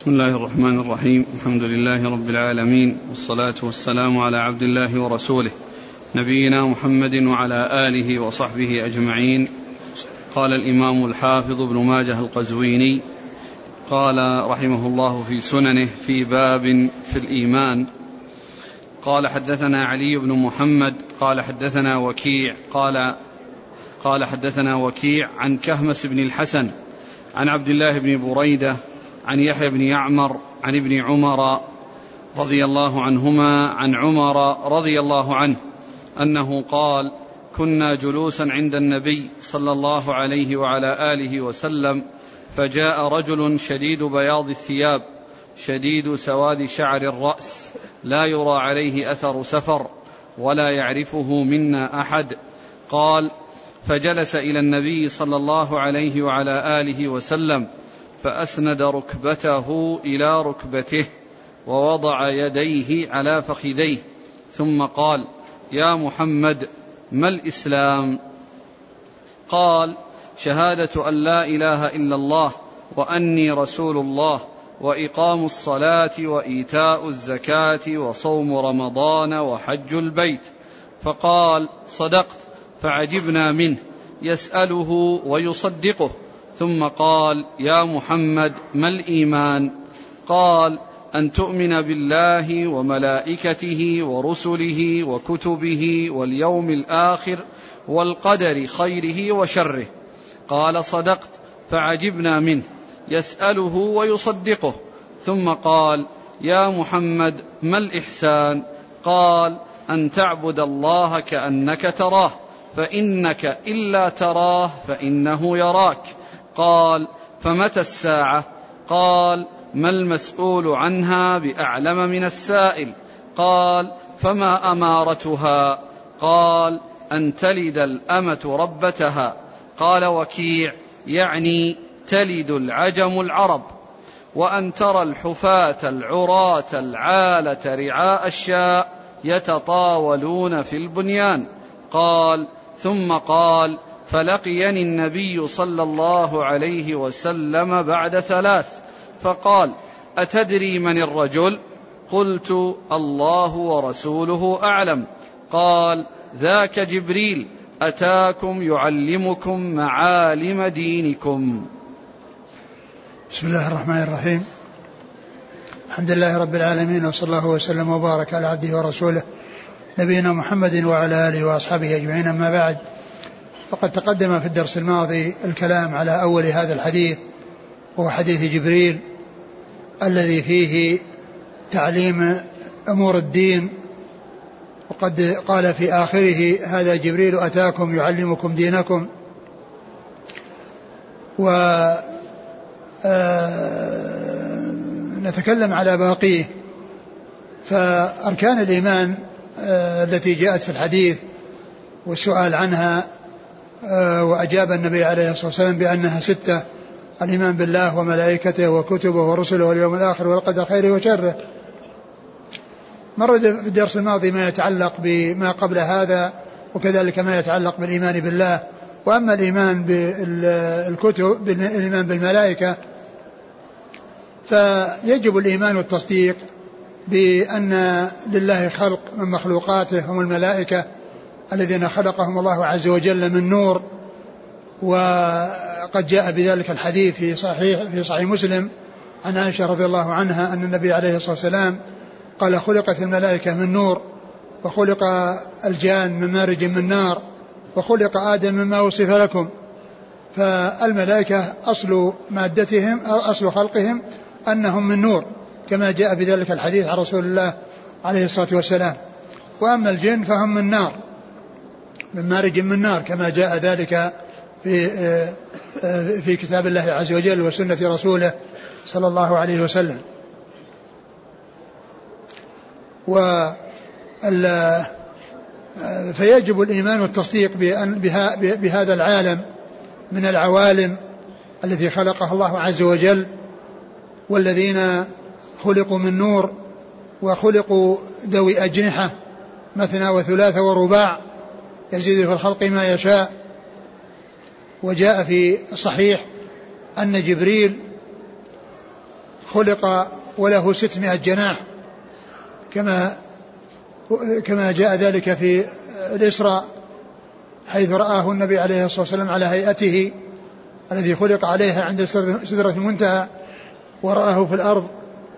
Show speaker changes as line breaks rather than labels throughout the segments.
بسم الله الرحمن الرحيم. الحمد لله رب العالمين، والصلاة والسلام على عبد الله ورسوله نبينا محمد وعلى آله وصحبه أجمعين. قال الإمام الحافظ ابن ماجه القزويني قال رحمه الله في سننه في باب في الإيمان: قال حدثنا علي بن محمد قال حدثنا وكيع قال حدثنا وكيع عن كهمس بن الحسن عن عبد الله بن بريدة عن يحيى بن يعمر عن ابن عمر رضي الله عنهما عن عمر رضي الله عنه أنه قال: كنا جلوسا عند النبي صلى الله عليه وعلى آله وسلم، فجاء رجل شديد بياض الثياب شديد سواد شعر الرأس، لا يرى عليه أثر سفر ولا يعرفه منا أحد. قال: فجلس إلى النبي صلى الله عليه وعلى آله وسلم، فأسند ركبته إلى ركبته ووضع يديه على فخذيه، ثم قال: يا محمد، ما الإسلام؟ قال: شهادة أن لا إله إلا الله وأني رسول الله، وإقام الصلاة وإيتاء الزكاة وصوم رمضان وحج البيت. فقال: صدقت. فعجبنا منه يسأله ويصدقه، ثم قال: يا محمد، ما الإيمان؟ قال: أن تؤمن بالله وملائكته ورسله وكتبه واليوم الآخر والقدر خيره وشره. قال: صدقت. فعجبنا منه يسأله ويصدقه، ثم قال: يا محمد، ما الإحسان؟ قال: أن تعبد الله كأنك تراه، فإنك إلا تراه فإنه يراك. قال: فمتى الساعة؟ قال: ما المسؤول عنها بأعلم من السائل. قال: فما أمارتها؟ قال: أن تلد الأمة ربتها. قال وكيع: يعني تلد العجم العرب. وأن ترى الحفاة العراة العالة رعاء الشاء يتطاولون في البنيان. قال: ثم قال: فلقيني النبي صلى الله عليه وسلم بعد 3، فقال: أتدري من الرجل؟ قلت: الله ورسوله أعلم. قال: ذاك جبريل أتاكم يعلمكم معالم دينكم.
بسم الله الرحمن الرحيم. الحمد لله رب العالمين، وصلى الله وسلم وبارك على عبده ورسوله نبينا محمد وعلى آله وأصحابه أجمعين. أما بعد، فقد تقدم في الدرس الماضي الكلام على أول هذا الحديث، وهو حديث جبريل الذي فيه تعليم أمور الدين، وقد قال في آخره: هذا جبريل أتاكم يعلمكم دينكم. ونتكلم على باقيه. فأركان الإيمان التي جاءت في الحديث والسؤال عنها، وأجاب النبي عليه الصلاة والسلام بأنها 6: الإيمان بالله وملائكته وكتبه ورسله واليوم الآخر والقدر خيره وشره. مر في الدرس الماضي ما يتعلق بما قبل هذا، وكذلك ما يتعلق بالإيمان بالله. وأما الإيمان بالكتب، الإيمان بالملائكة، فيجب الإيمان والتصديق بأن لله خلق من مخلوقاته هم الملائكة الذين خلقهم الله عز وجل من نور. وقد جاء بذلك الحديث في صحيح مسلم عن عائشة رضي الله عنها أن النبي عليه الصلاة والسلام قال: خلقت الملائكة من نور، وخلق الجان من مارج من نار، وخلق آدم مما وصف لكم. فالملائكة أصل مادتهم أو أصل خلقهم أنهم من نور، كما جاء بذلك الحديث عن رسول الله عليه الصلاة والسلام. وأما الجن فهم من نار، من مارج من نار، كما جاء ذلك في كتاب الله عز وجل وسنة رسوله صلى الله عليه وسلم. فيجب الإيمان والتصديق بهذا العالم من العوالم التي خلقها الله عز وجل، والذين خلقوا من نور وخلقوا ذوي أجنحة مثنى وثلاث ورباع، يزيد في الخلق ما يشاء. وجاء في الصحيح أن جبريل خلق وله 600 جناح كما جاء ذلك في الإسراء، حيث رآه النبي عليه الصلاة والسلام على هيئته الذي خلق عليها عند سدرة المنتهى، ورآه في الأرض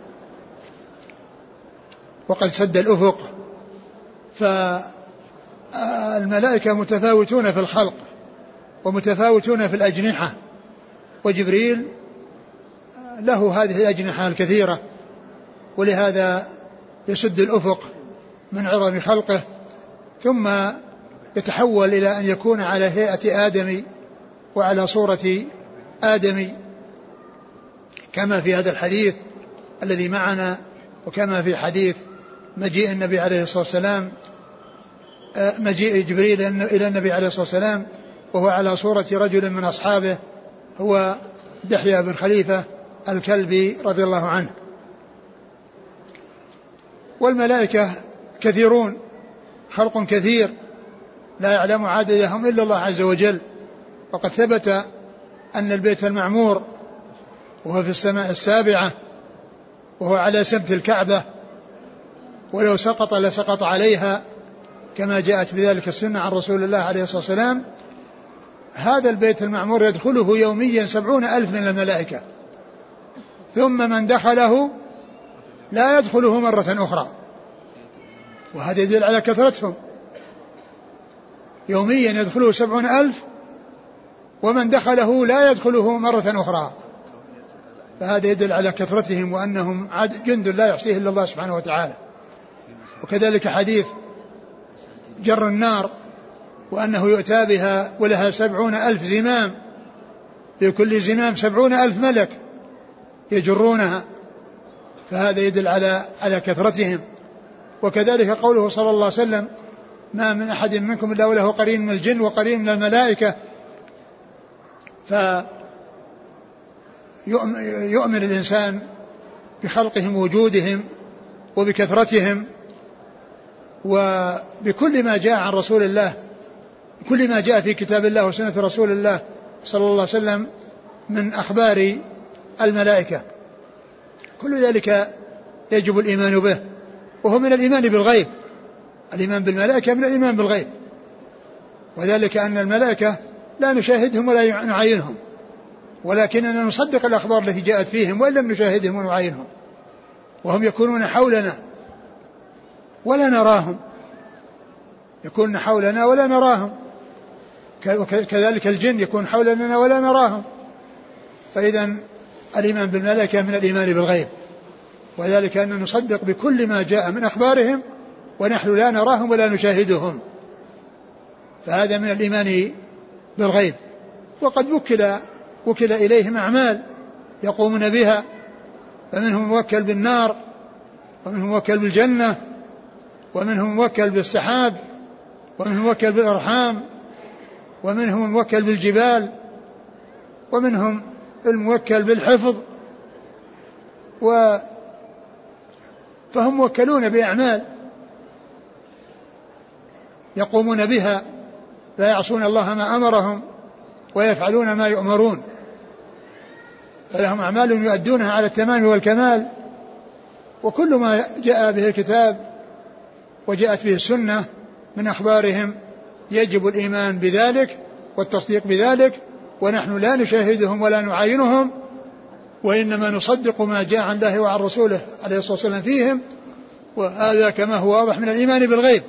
وقد سد الأفق. فالملائكة متفاوتون في الخلق ومتفاوتون في الأجنحة، وجبريل له هذه الأجنحة الكثيرة، ولهذا يسد الأفق من عظم خلقه، ثم يتحول إلى أن يكون على هيئة آدمي وعلى صورة آدمي، كما في هذا الحديث الذي معنا، وكما في حديث مجيء النبي عليه الصلاة والسلام، مجيء جبريل إلى النبي عليه الصلاة والسلام وهو على صورة رجل من أصحابه، هو دحية بن خليفة الكلبي رضي الله عنه. والملائكة كثيرون، خلق كثير لا يعلم عددهم إلا الله عز وجل. وقد ثبت أن البيت المعمور وهو في السماء السابعة وهو على سمت الكعبة، ولو سقط لسقط عليها، كما جاءت بذلك السنة عن رسول الله عليه الصلاة والسلام. هذا البيت المعمور يدخله يوميا 70,000 من الملائكة، ثم من دخله لا يدخله مرة أخرى، وهذا يدل على كثرتهم. يوميا يدخله 70,000 ومن دخله لا يدخله مرة أخرى، فهذا يدل على كثرتهم وأنهم جند لا يحصيه إلا الله سبحانه وتعالى. وكذلك حديث جر النار، وأنه يؤتى بها ولها 70,000 زمام، بكل زمام 70,000 ملك يجرونها، فهذا يدل على كثرتهم. وكذلك قوله صلى الله عليه وسلم: ما من أحد منكم إلا وله قرين من الجن وقرين من الملائكة. فيؤمن الإنسان بخلقهم ووجودهم وبكثرتهم وبكل ما جاء عن رسول الله، كل ما جاء في كتاب الله وسنة رسول الله صلى الله عليه وسلم من أخبار الملائكة، كل ذلك يجب الإيمان به، وهو من الإيمان بالغيب. الإيمان بالملائكة من الإيمان بالغيب، وذلك أن الملائكة لا نشاهدهم ولا نعاينهم، ولكننا نصدق الأخبار التي جاءت فيهم وإن لم نشاهدهم ونعاينهم، وهم يكونون حولنا ولا نراهم، يكون حولنا ولا نراهم، كذلك الجن يكون حولنا ولا نراهم. فإذا الإيمان بالملائكة من الإيمان بالغيب، وذلك أن نصدق بكل ما جاء من أخبارهم ونحن لا نراهم ولا نشاهدهم، فهذا من الإيمان بالغيب. وقد وكل إليهم أعمال يقومون بها، فمنهم موكل بالنار، ومنهم موكل بالجنة، ومنهم موكل بالسحاب، ومنهم موكل بالأرحام، ومنهم الموكل بالجبال، ومنهم الموكل بالحفظ، فهم موكلون بأعمال يقومون بها، لا يعصون الله ما أمرهم ويفعلون ما يؤمرون، فلهم أعمال يؤدونها على التمام والكمال. وكل ما جاء به الكتاب وجاءت به السنة من أخبارهم يجب الإيمان بذلك والتصديق بذلك، ونحن لا نشاهدهم ولا نعاينهم، وإنما نصدق ما جاء عن الله وعن رسوله عليه الصلاة والسلام فيهم، وهذا كما هو واضح من الإيمان بالغيب.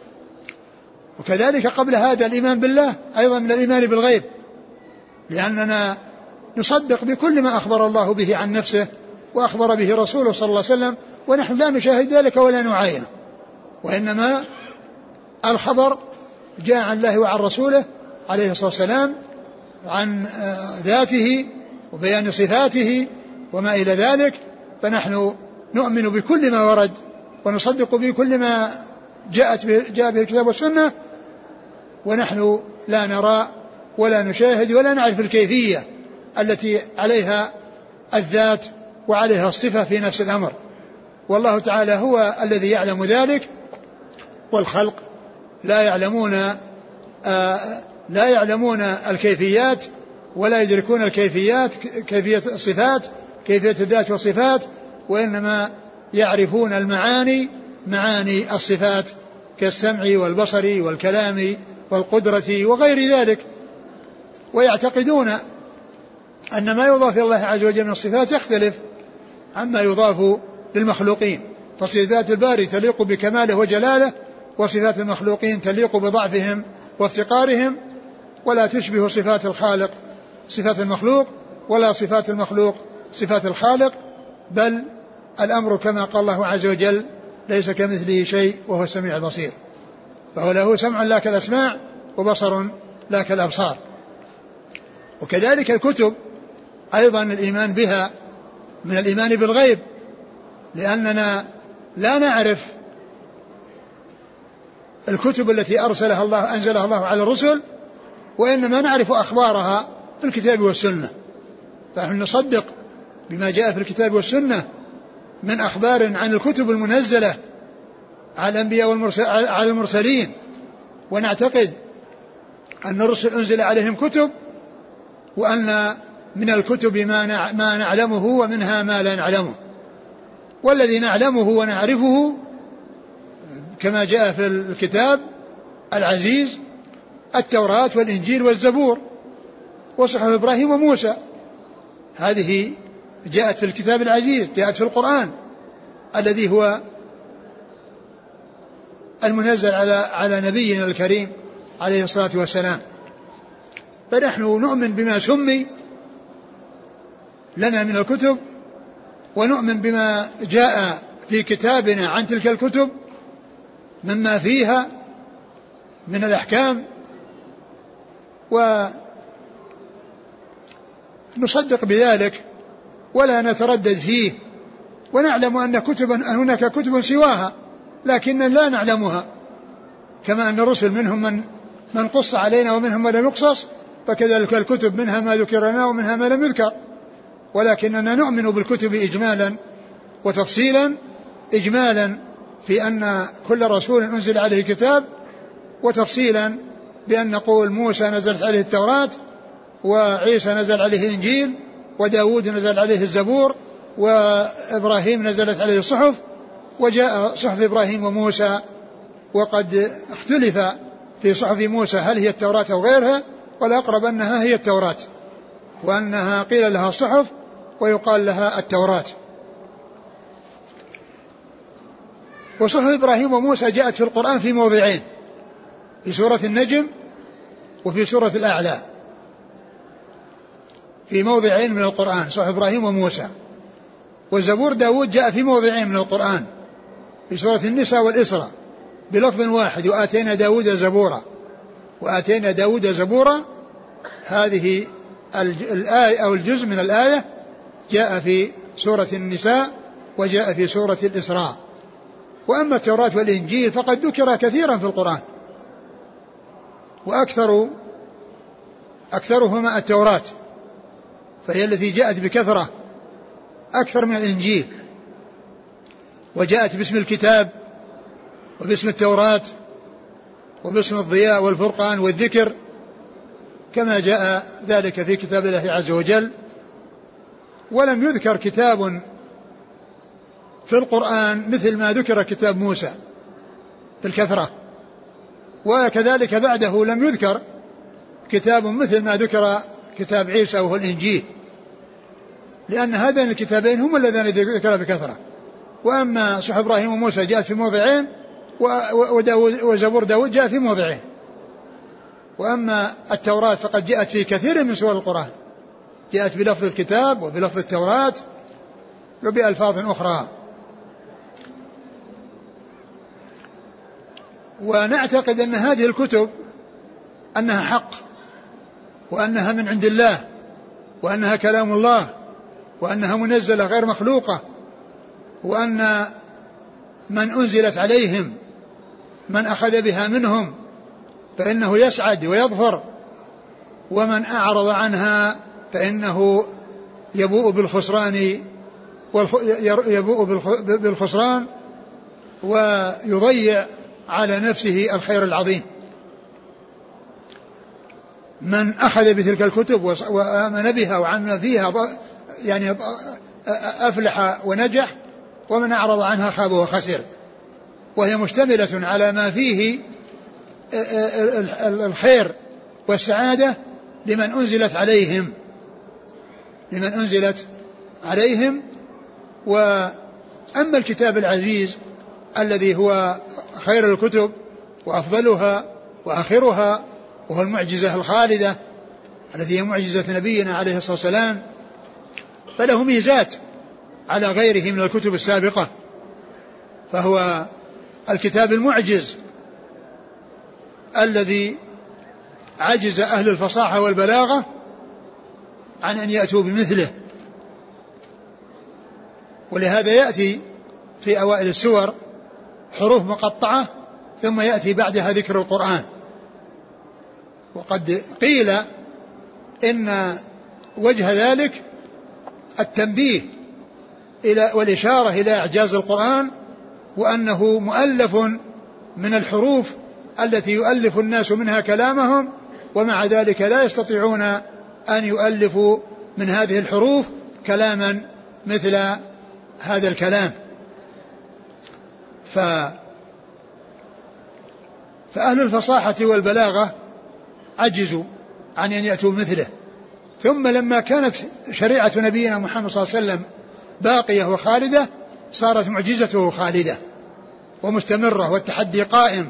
وكذلك قبل هذا الإيمان بالله أيضا من الإيمان بالغيب، لأننا نصدق بكل ما أخبر الله به عن نفسه وأخبر به رسوله صلى الله عليه وسلم، ونحن لا نشاهد ذلك ولا نعاينه، وإنما الخبر جاء عن الله وعن رسوله عليه الصلاة والسلام عن ذاته وبيان صفاته وما إلى ذلك، فنحن نؤمن بكل ما ورد ونصدق بكل ما جاء به الكتاب والسنة، ونحن لا نرى ولا نشاهد ولا نعرف الكيفية التي عليها الذات وعليها الصفة في نفس الأمر، والله تعالى هو الذي يعلم ذلك، والخلق لا يعلمون الكيفيات ولا يدركون الكيفيات، كيفية الصفات، كيفية الذات والصفات، وإنما يعرفون معاني الصفات كالسمع والبصر والكلام والقدرة وغير ذلك، ويعتقدون أن ما يضاف إلى الله عز وجل من الصفات يختلف عما يضاف للمخلوقين، فصفات الباري تليق بكماله وجلاله، وصفات المخلوقين تليق بضعفهم وافتقارهم، ولا تشبه صفات الخالق صفات المخلوق، ولا صفات المخلوق صفات الخالق، بل الأمر كما قال الله عز وجل: ليس كمثله شيء وهو السميع البصير. فهو له سمع لا كالأسماع، وبصر لا كالأبصار. وكذلك الكتب أيضا الإيمان بها من الإيمان بالغيب، لأننا لا نعرف الكتب التي أنزلها الله على الرسل، وإنما نعرف أخبارها في الكتاب والسنة، فنحن نصدق بما جاء في الكتاب والسنة من أخبار عن الكتب المنزلة على الأنبياء على المرسلين، ونعتقد أن الرسل أنزل عليهم كتب، وأن من الكتب ما نعلمه ومنها ما لا نعلمه، والذي نعلمه ونعرفه كما جاء في الكتاب العزيز التوراة والإنجيل والزبور وصحف إبراهيم وموسى، هذه جاءت في الكتاب العزيز، جاءت في القرآن الذي هو المنزل على نبينا الكريم عليه الصلاة والسلام. فنحن نؤمن بما سمي لنا من الكتب، ونؤمن بما جاء في كتابنا عن تلك الكتب مما فيها من الأحكام، ونصدق بذلك ولا نتردد فيه، ونعلم أن هناك كتب سواها لكن لا نعلمها، كما أن الرسل منهم من قص علينا ومنهم من لم يقصص، فكذلك الكتب منها ما ذكر لنا ومنها ما لم يذكر، ولكننا نؤمن بالكتب إجمالا وتفصيلا. إجمالا في أن كل رسول أنزل عليه كتاب، وتفصيلا بأن نقول موسى نزلت عليه التوراة، وعيسى نزل عليه الإنجيل، وداود نزل عليه الزبور، وإبراهيم نزلت عليه الصحف، وجاء صحف إبراهيم وموسى، وقد اختلف في صحف موسى هل هي التوراة أو غيرها، والأقرب أنها هي التوراة، وأنها قيل لها الصحف ويقال لها التوراة. وصحف إبراهيم وموسى جاءت في القرآن في موضعين، في سورة النجم وفي سورة الأعلى، في موضعين من القرآن صحف إبراهيم وموسى. والزبور داود جاء في موضعين من القرآن، في سورة النساء والإسراء بلفظ واحد: وآتينا داود زبورا. وآتينا داود زبورا، هذه الآية أو الجزء من الآية جاء في سورة النساء وجاء في سورة الإسراء. وأما التوراة والإنجيل فقد ذكر كثيرا في القرآن، وأكثرهما التوراة، فهي التي جاءت بكثرة أكثر من الإنجيل، وجاءت باسم الكتاب وباسم التوراة وباسم الضياء والفرقان والذكر، كما جاء ذلك في كتاب الله عز وجل. ولم يذكر كتاب في القرآن مثل ما ذكر كتاب موسى في الكثرة، وكذلك بعده لم يذكر كتاب مثل ما ذكر كتاب عيسى وهو الإنجيل، لأن هذين الكتابين هم الذين ذكر بكثرة. وأما صحف إبراهيم وموسى جاءت في موضعين، وزبور داود جاء في موضعين. وأما التوراة فقد جاءت في كثير من سور القرآن، جاءت بلفظ الكتاب وبلفظ التوراة وبألفاظ أخرى. ونعتقد أن هذه الكتب أنها حق، وأنها من عند الله، وأنها كلام الله، وأنها منزلة غير مخلوقة، وأن من أنزلت عليهم من أخذ بها منهم فإنه يسعد ويظفر، ومن أعرض عنها فإنه يبوء بالخسران ويضيع على نفسه الخير العظيم. من أخذ بتلك الكتب وآمن بها وعمل فيها يعني أفلح ونجح، ومن أعرض عنها خاب وخسر. وهي مشتملة على ما فيه الخير والسعادة لمن أنزلت عليهم. وأما الكتاب العزيز الذي هو خير الكتب وأفضلها وآخرها، وهو المعجزة الخالدة التي هي معجزة نبينا عليه الصلاة والسلام، فله ميزات على غيره من الكتب السابقة. فهو الكتاب المعجز الذي عجز أهل الفصاحة والبلاغة عن أن يأتوا بمثله. ولهذا يأتي في أوائل السور حروف مقطعة، ثم يأتي بعدها ذكر القرآن. وقد قيل إن وجه ذلك التنبيه والإشارة إلى إعجاز القرآن، وأنه مؤلف من الحروف التي يؤلف الناس منها كلامهم، ومع ذلك لا يستطيعون أن يؤلفوا من هذه الحروف كلاما مثل هذا الكلام. فأهل الفصاحة والبلاغة عجزوا عن أن يأتوا مثله. ثم لما كانت شريعة نبينا محمد صلى الله عليه وسلم باقية وخالدة، صارت معجزته خالدة ومستمرة، والتحدي قائم،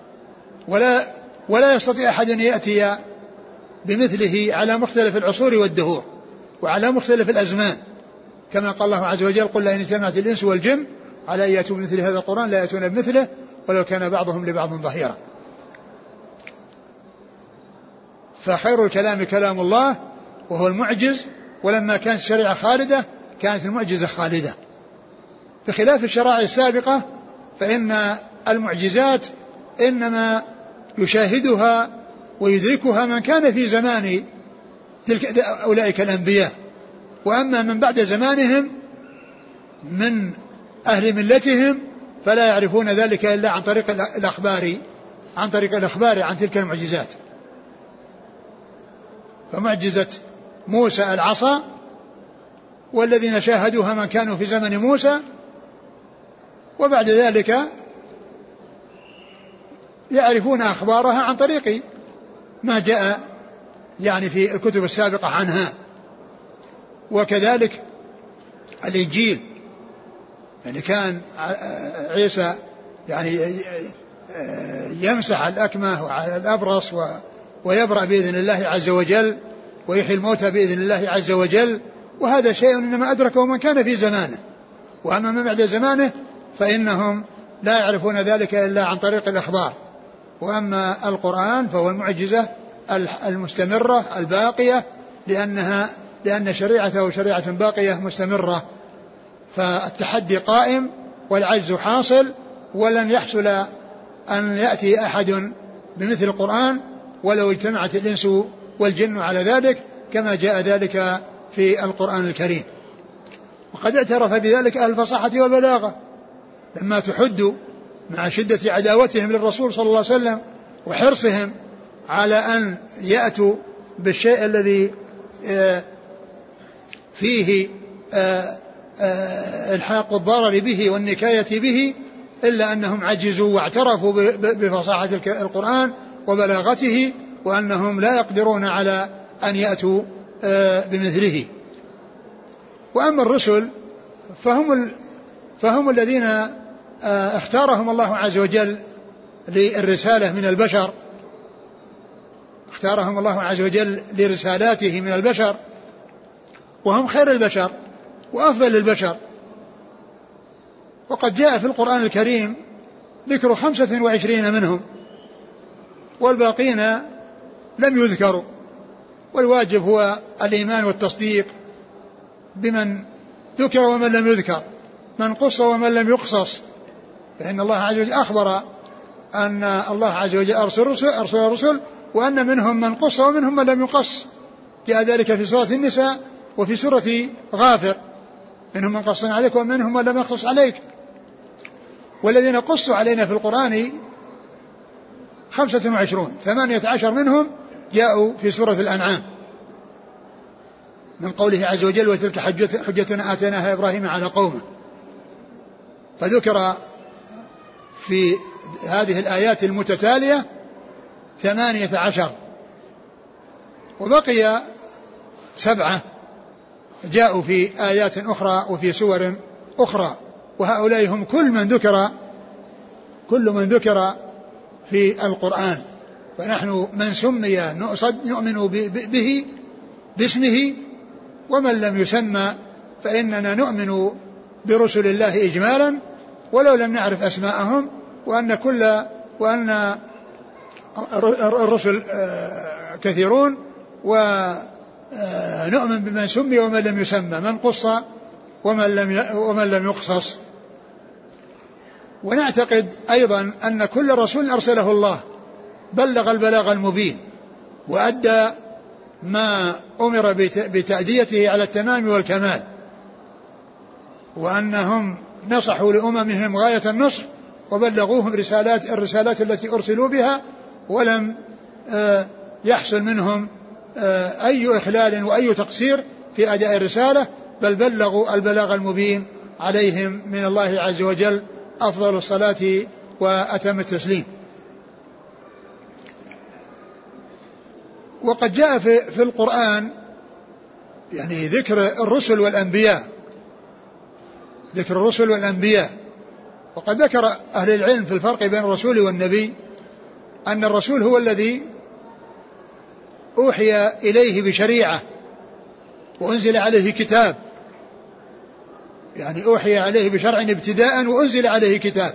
ولا يستطيع أحد أن يأتي بمثله على مختلف العصور والدهور وعلى مختلف الأزمان، كما قال الله عز وجل: قل لئن اجتمعت الإنس والجن على أن يأتوا بمثل هذا القرآن لا يأتون بمثله ولو كان بعضهم لبعض ظهيرا. فخير الكلام كلام الله وهو المعجز، ولما كانت الشريعة خالدة كانت المعجزة خالدة، بخلاف الشرائع السابقة فإن المعجزات إنما يشاهدها ويدركها من كان في زمان أولئك الأنبياء، وأما من بعد زمانهم من أهل ملتهم فلا يعرفون ذلك إلا عن طريق الأخبار عن تلك المعجزات. فمعجزة موسى العصا، والذين شاهدوها من كانوا في زمن موسى، وبعد ذلك يعرفون أخبارها عن طريق ما جاء يعني في الكتب السابقة عنها. وكذلك الإنجيل، يعني كان عيسى يعني يمسح الأكمه وعلى الأبرص ويبرأ بإذن الله عز وجل، ويحيي الموتى بإذن الله عز وجل، وهذا شيء إنما أدركه من كان في زمانه. وأما من بعد زمانه فإنهم لا يعرفون ذلك إلا عن طريق الأخبار. وأما القرآن فهو المعجزة المستمرة الباقية، لأن شريعته شريعة باقية مستمرة، فالتحدي قائم والعجز حاصل، ولن يحصل أن يأتي أحد بمثل القرآن ولو اجتمعت الإنس والجن على ذلك، كما جاء ذلك في القرآن الكريم. وقد اعترف بذلك أهل الفصاحة والبلاغة لما تحدوا مع شدة عداوتهم للرسول صلى الله عليه وسلم وحرصهم على أن يأتوا بالشيء الذي فيه الحاق الضرر به والنكاية به، إلا أنهم عجزوا واعترفوا بفصاحة القرآن وبلاغته، وأنهم لا يقدرون على أن يأتوا بمثله. وأما الرسل فهم الذين اختارهم الله عز وجل للرسالة من البشر، اختارهم الله عز وجل لرسالاته من البشر، وهم خير البشر وأفضل البشر. وقد جاء في القرآن الكريم ذكر 25 منهم، والباقين لم يذكروا. والواجب هو الإيمان والتصديق بمن ذكر ومن لم يذكر، من قص ومن لم يقصص، فإن الله عز وجل أخبر أن الله عز وجل أرسل رسل، وأن منهم من قص ومنهم من لم يقص. جاء ذلك في سورة النساء وفي سورة غافر: منهم من قصنا عليك ومنهم من لم يقص عليك. والذين قصوا علينا في القرآن 25، 18 منهم جاءوا في سورة الأنعام. من قوله عز وجل وتلك حجتنا آتيناها إبراهيم على قومه. فذكر في هذه الآيات المتتالية 18 وبقي 7 جاءوا في آيات أخرى وفي سور أخرى، وهؤلاء هم كل من ذكر في القرآن. فنحن من سمي نؤمن به باسمه، ومن لم يسمى فإننا نؤمن برسل الله إجمالا ولو لم نعرف أسماءهم، وأن الرسل كثيرون، ونؤمن بمن سمي ومن لم يسمى، من قص ومن لم يقصص. ونعتقد أيضا أن كل رسول أرسله الله بلغ البلاغ المبين وأدى ما أمر بتأديته على التمام والكمال، وأنهم نصحوا لأممهم غاية النصر وبلغوهم الرسالات التي أرسلوا بها، ولم يحصل منهم أي إخلال وأي تقصير في أداء الرسالة، بل بلغوا البلاغ المبين. عليهم من الله عز وجل أفضل الصلاة وأتم التسليم. وقد جاء في القرآن يعني ذكر الرسل والأنبياء، وقد ذكر أهل العلم في الفرق بين الرسول والنبي أن الرسول هو الذي أوحي إليه بشريعة وأنزل عليه كتاب، يعني أوحي عليه بشرع ابتداء وأنزل عليه كتاب،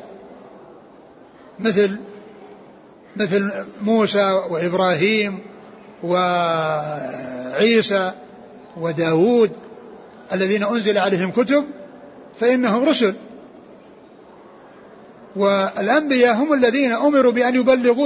مثل موسى وإبراهيم وعيسى وداود الذين أنزل عليهم كتب، فإنهم رسل. والأنبياء هم الذين أمروا بأن يبلغوا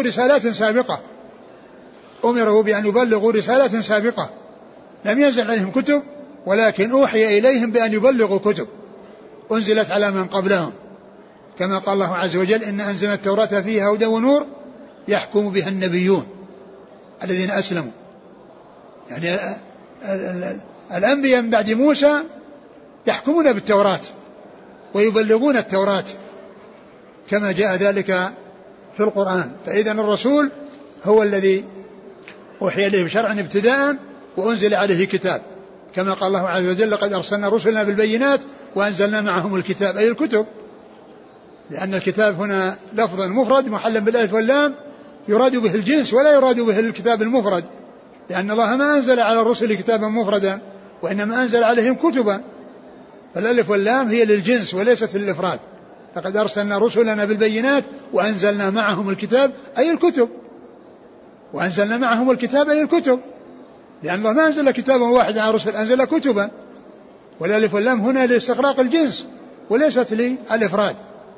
رسالات سابقة، لم ينزل عليهم كتب، ولكن أوحي إليهم بأن يبلغوا كتب أنزلت على من قبلهم، كما قال الله عز وجل إن أنزلنا التوراة فيها هدى ونور يحكم بها النبيون الذين أسلموا. يعني الأنبياء من بعد موسى يحكمون بالتوراة ويبلغون التوراة كما جاء ذلك في القرآن. فإذا الرسول هو الذي أوحي إليه بشرع ابتداء وأنزل عليه كتاب، كما قال الله عز وجل لقد أرسلنا رسلنا بالبينات وأنزلنا معهم الكتاب، أي الكتب، لأن الكتاب هنا لفظ مفرد محلا بالألف واللام يراد به الجنس ولا يراد به الكتاب المفرد، لأن الله ما أنزل على الرسل كتابا مفردا وإنما أنزل عليهم كتبا، فالألف واللام هي للجنس وليست للإفراد. لقد أرسلنا رسلنا بالبينات وأنزلنا معهم الكتاب أي الكتب، وأنزلنا معهم الكتاب أي الكتب، لأن الله ما أنزل كتابا واحدا على الرسل، أنزل كتبا، والألف واللام هنا لاستغراق الجنس وليست للإفراد.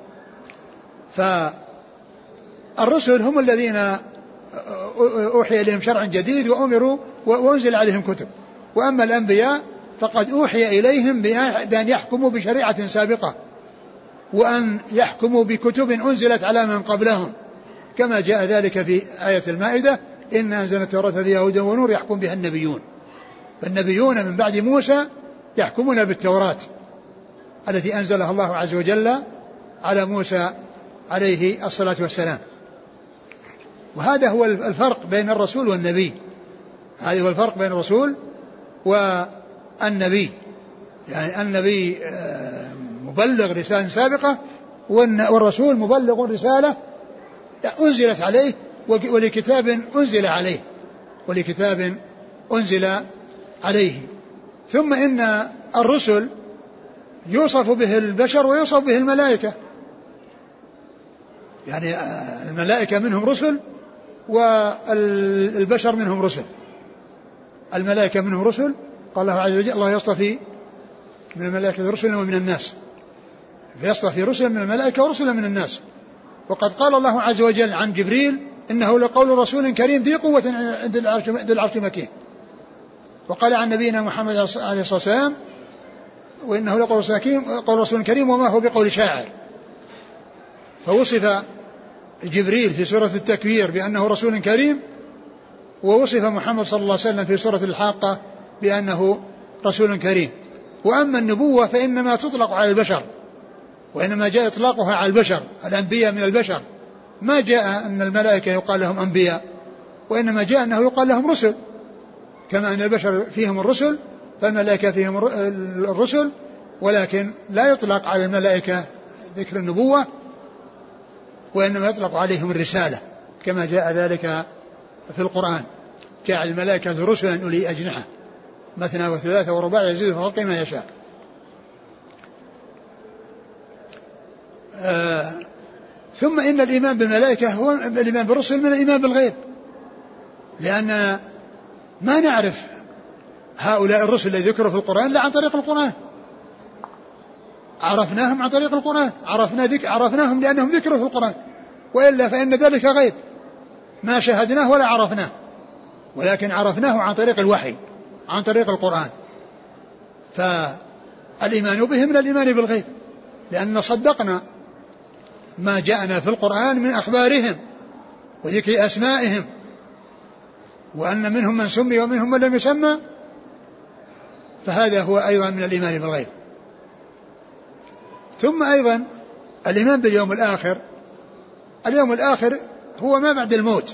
فالرسل هم الذين أوحي إليهم شرع جديد وأمروا وأنزل عليهم كتب، وأما الأنبياء فقد أوحي إليهم بأن يحكموا بشريعة سابقة وأن يحكموا بكتب أنزلت على من قبلهم، كما جاء ذلك في آية المائدة إن أنزلنا التوراة فيها هدى ونور يحكم بها النبيون. فالنبيون من بعد موسى يحكمون بالتوراة التي أنزلها الله عز وجل على موسى عليه الصلاة والسلام. وهذا هو الفرق بين الرسول والنبي، هذا هو الفرق بين الرسول والنبي. يعني النبي مبلغ رسالة سابقة، والرسول مبلغ رسالة أنزلت عليه ولكتاب أنزل عليه. ثم إن الرسل يوصف به البشر ويوصف به الملائكة، يعني الملائكة منهم رسل والبشر منهم رسل. الملائكة منهم رسل، قال الله عز وجل الله يصطفي من الملائكة رسلا ومن الناس، فيصطفي رسلا من الملائكة ورسلا من الناس. وقد قال الله عز وجل عن جبريل إنه لقول رسول كريم ذي قوة عند العرش مكين. وقال عن نبينا محمد عليه الصلاة والسلام وإنه لقول رسول كريم وما هو بقول شاعر. فوصف جبريل في سورة التكوير بأنه رسول كريم، ووصف محمد صلى الله عليه وسلم في سورة الحاقة بأنه رسول كريم. وأما النبوة فإنما تطلق على البشر، وإنما جاء إطلاقها على البشر، الأنبياء من البشر، ما جاء أن الملائكة يقال لهم أنبياء، وإنما جاء أنه يقال لهم رسل، كما أن البشر فيهم الرسل فالملائكة فيهم الرسل، ولكن لا يطلق على الملائكة ذكر النبوة، وإنما يطلق عليهم الرسالة كما جاء ذلك في القرآن. جعل الملائكة رسلا أولي أجنحة مثنى وثلاثة ورباع يزيد في خلقه ما يشاء. ثم إن الإيمان بالملائكة هو الإيمان بالرسل من الإيمان بالغيب، لأن ما نعرف هؤلاء الرسل الذي ذكروا في القرآن لا عن طريق القرآن، عرفناهم عن طريق القرآن، عرفناهم لأنهم ذكروا في القرآن، وإلا فإن ذلك غيب ما شاهدناه ولا عرفناه، ولكن عرفناه عن طريق الوحي عن طريق القرآن. فالإيمان بهم من الإيمان بالغيب، لأن صدقنا ما جاءنا في القرآن من أخبارهم وذكر أسمائهم، وأن منهم من سمي ومنهم من لم يسمى، فهذا هو أيضا من الإيمان بالغيب. ثم أيضا الإيمان باليوم الآخر. اليوم الآخر هو ما بعد الموت،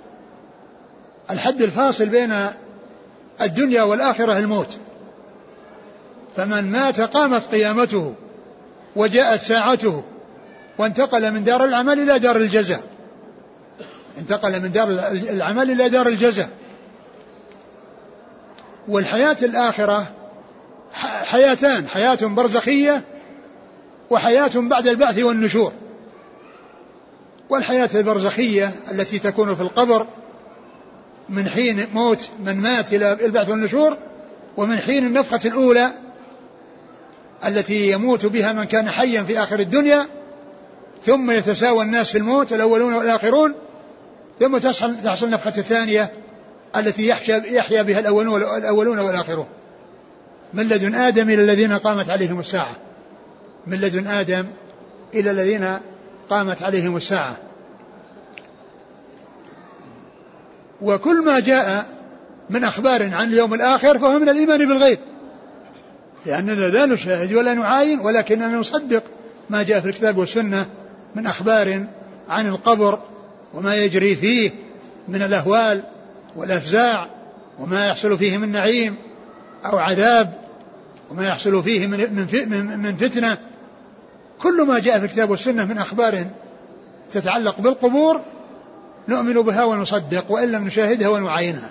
الحد الفاصل بين الدنيا والآخرة الموت، فمن مات قامت قيامته وجاءت ساعته وانتقل من دار العمل إلى دار الجزاء، انتقل من دار العمل إلى دار الجزاء. والحياة الآخرة حياتان، حياة برزخية وحياة بعد البعث والنشور. والحياة البرزخية التي تكون في القبر من حين موت من مات إلى البعث والنشور، ومن حين النفخة الأولى التي يموت بها من كان حيا في آخر الدنيا، ثم يتساوى الناس في الموت الأولون والآخرون، ثم تحصل النفخة الثانية التي يحيا بها الأولون والآخرون، من لدن آدم إلى الذين قامت عليهم الساعة، من لدن آدم إلى الذين قامت عليهم الساعة. وكل ما جاء من أخبار عن اليوم الآخر فهو من الإيمان بالغيب، لأننا لا نشاهد ولا نعاين، ولكننا نصدق ما جاء في الكتاب والسنة من أخبار عن القبر وما يجري فيه من الأهوال والأفزاع، وما يحصل فيه من نعيم أو عذاب، وما يحصل فيه من فتنة. كل ما جاء في الكتاب والسنة من أخبار تتعلق بالقبور نؤمن بها ونصدق، وإن لم نشاهدها ونعاينها.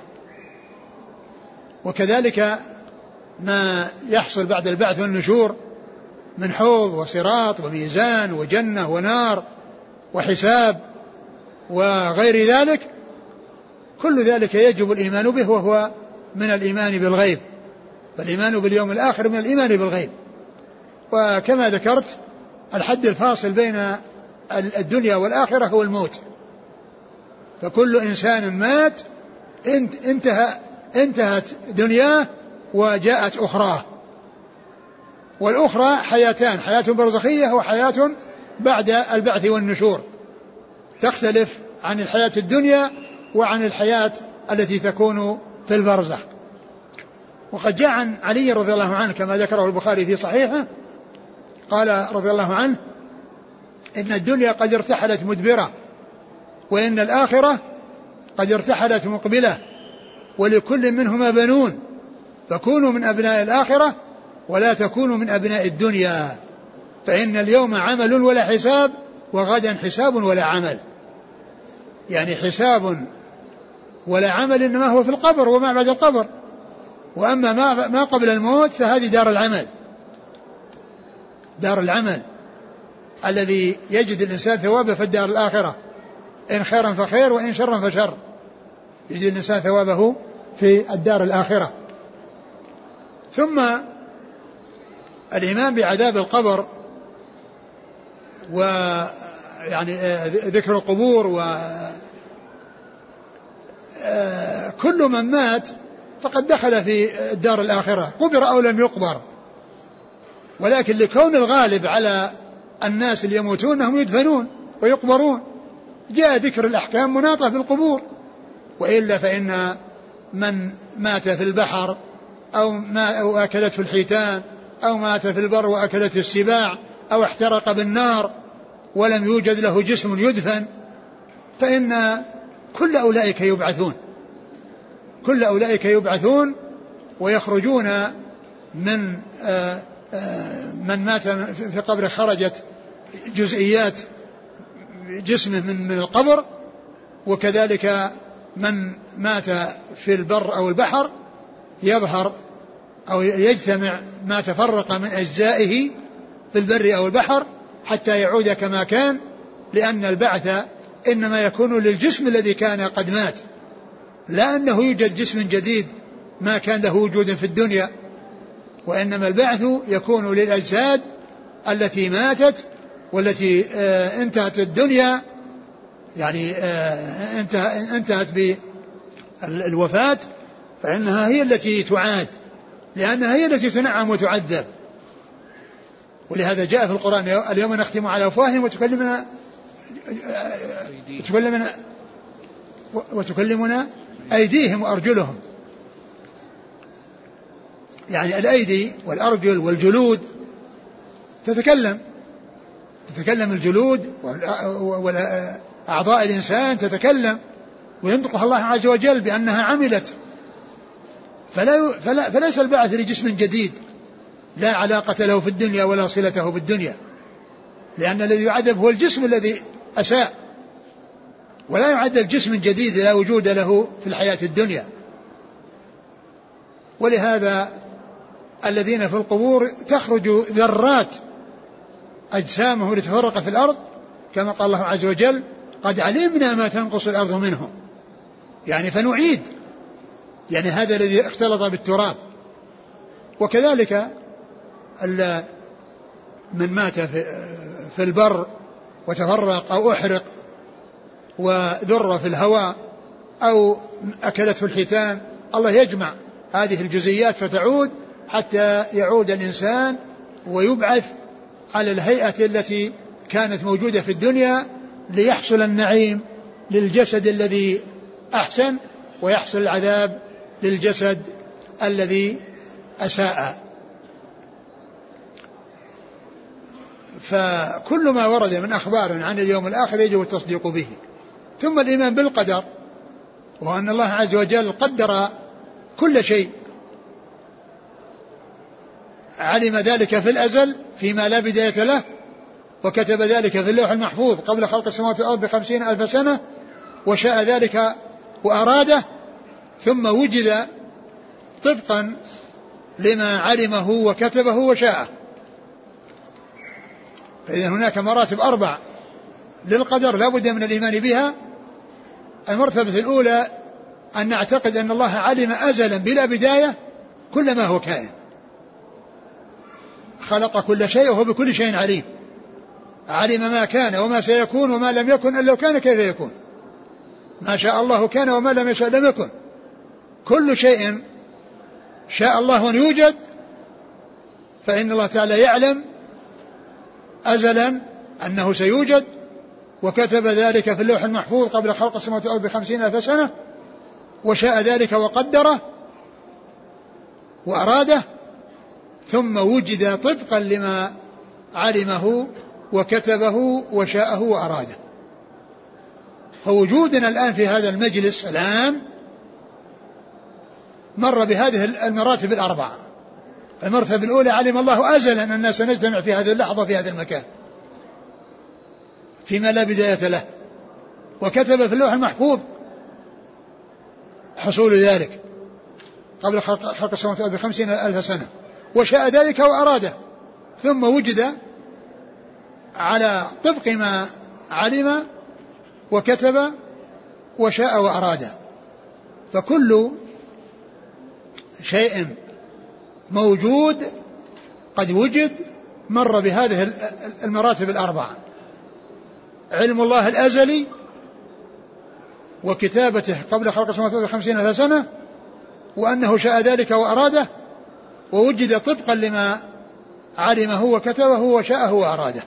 وكذلك ما يحصل بعد البعث والنشور من حوض وصراط وميزان وجنة ونار وحساب وغير ذلك، كل ذلك يجب الإيمان به، وهو من الإيمان بالغيب. فالإيمان باليوم الآخر من الإيمان بالغيب. وكما ذكرت الحد الفاصل بين الدنيا والآخرة هو الموت، فكل إنسان مات انتهت دنياه وجاءت أخراه. والأخرى حياتان، حياة برزخية وحياة بعد البعث والنشور، تختلف عن الحياة الدنيا وعن الحياة التي تكون في البرزخ. وقد جاء عن علي رضي الله عنه كما ذكره البخاري في صحيحه قال رضي الله عنه: إن الدنيا قد ارتحلت مدبرة، وإن الآخرة قد ارتحلت مقبلة، ولكل منهما بنون، فكونوا من أبناء الآخرة ولا تكونوا من أبناء الدنيا، فإن اليوم عمل ولا حساب، وغدا حساب ولا عمل. يعني حساب ولا عمل إنما هو في القبر وما بعد القبر، وأما ما قبل الموت فهذه دار العمل، دار العمل الذي يجد الإنسان ثوابه في الدار الآخرة، إن خيرا فخير وإن شرا فشر، يجد الإنسان ثوابه في الدار الآخرة. ثم الإيمان بعذاب القبر، ويعني ذكر القبور، وكل من مات فقد دخل في الدار الآخرة، قبر أو لم يقبر، ولكن لكون الغالب على الناس اللي يموتون أنهم يدفنون ويقبرون، جاء ذكر الأحكام مناطة بالقبور. وإلا فإن من مات في البحر أو أكلته الحيتان، أو مات في البر وأكلته السباع، أو احترق بالنار ولم يوجد له جسم يدفن، فإن كل أولئك يبعثون ويخرجون من مات في قبره، خرجت جزئيات جسمه من القبر، وكذلك من مات في البر أو البحر يظهر أو يجتمع ما تفرق من أجزائه في البر أو البحر حتى يعود كما كان، لأن البعث إنما يكون للجسم الذي كان قد مات، لا أنه يوجد جسم جديد ما كان له وجود في الدنيا، وإنما البعث يكون للأجساد التي ماتت والتي انتهت الدنيا، يعني انتهت بالوفاة، فإنها هي التي تعاد، لأنها هي التي تنعم وتعذب. ولهذا جاء في القرآن: اليوم نختم على أفواههم وتكلمنا أيديهم وأرجلهم. يعني الأيدي والأرجل والجلود تتكلم الجلود وأعضاء الإنسان تتكلم، وينطقها الله عز وجل بأنها عملت. فليس البعث لجسم جديد لا علاقة له في الدنيا ولا صلته بالدنيا، لأن الذي يعذب هو الجسم الذي أساء، ولا يعذب جسم جديد لا وجود له في الحياة الدنيا. ولهذا الذين في القبور تخرج ذرات أجسامهم لتفرق في الأرض، كما قال الله عز وجل: قد علمنا ما تنقص الأرض منهم، يعني فنعيد، يعني هذا الذي اختلط بالتراب. وكذلك من مات في البر وتفرق أو أحرق وذر في الهواء أو أكلته الحيتان، الله يجمع هذه الجزئيات فتعود حتى يعود الإنسان ويبعث على الهيئة التي كانت موجودة في الدنيا، ليحصل النعيم للجسد الذي أحسن، ويحصل العذاب للجسد الذي أساء. فكل ما ورد من أخبار عن اليوم الآخر يجب التصديق به. ثم الإيمان بالقدر، وأن الله عز وجل قدر كل شيء، علم ذلك في الأزل فيما لا بداية له، وكتب ذلك في اللوح المحفوظ قبل خلق السماوات والأرض ب50,000 سنة، وشاء ذلك وأراده، ثم وجد طبقا لما علمه وكتبه وشاءه. فإذا هناك مراتب 4 للقدر لا بد من الإيمان بها. المرتبة الأولى أن نعتقد أن الله علم أزلا بلا بداية كل ما هو كائن، خلق كل شيء وهو بكل شيء عليم، علم ما كان وما سيكون وما لم يكن أن لو كان كيف يكون، ما شاء الله كان وما لم يشاء لم يكن، كل شيء شاء الله أن يوجد، فإن الله تعالى يعلم أزلا أنه سيوجد، وكتب ذلك في اللوح المحفوظ قبل خلق السماوات والأرض ب50,000 سنة، وشاء ذلك وقدره وأراده، ثم وجد طبقا لما علمه وكتبه وشاءه وأراده. فوجودنا الآن في هذا المجلس الآن مر بهذه المراتب 4. المرتبة الأولى علم الله أزلا أننا سنجتمع في هذه اللحظة في هذا المكان فيما لا بداية له، وكتب في اللوح المحفوظ حصول ذلك قبل خلق السماوات والأرض ب50,000 سنة، وشاء ذلك وأراده، ثم وجد على طبق ما علم وكتب وشاء وأراده. فكل شيء موجود قد وجد مر بهذه المراتب 4: علم الله الأزلي وكتابته قبل خلق السماوات والأرض ب50,000 سنة، وأنه شاء ذلك وأراده، ووجد طبقا لما علمه وكتبه وشاءه وأراده.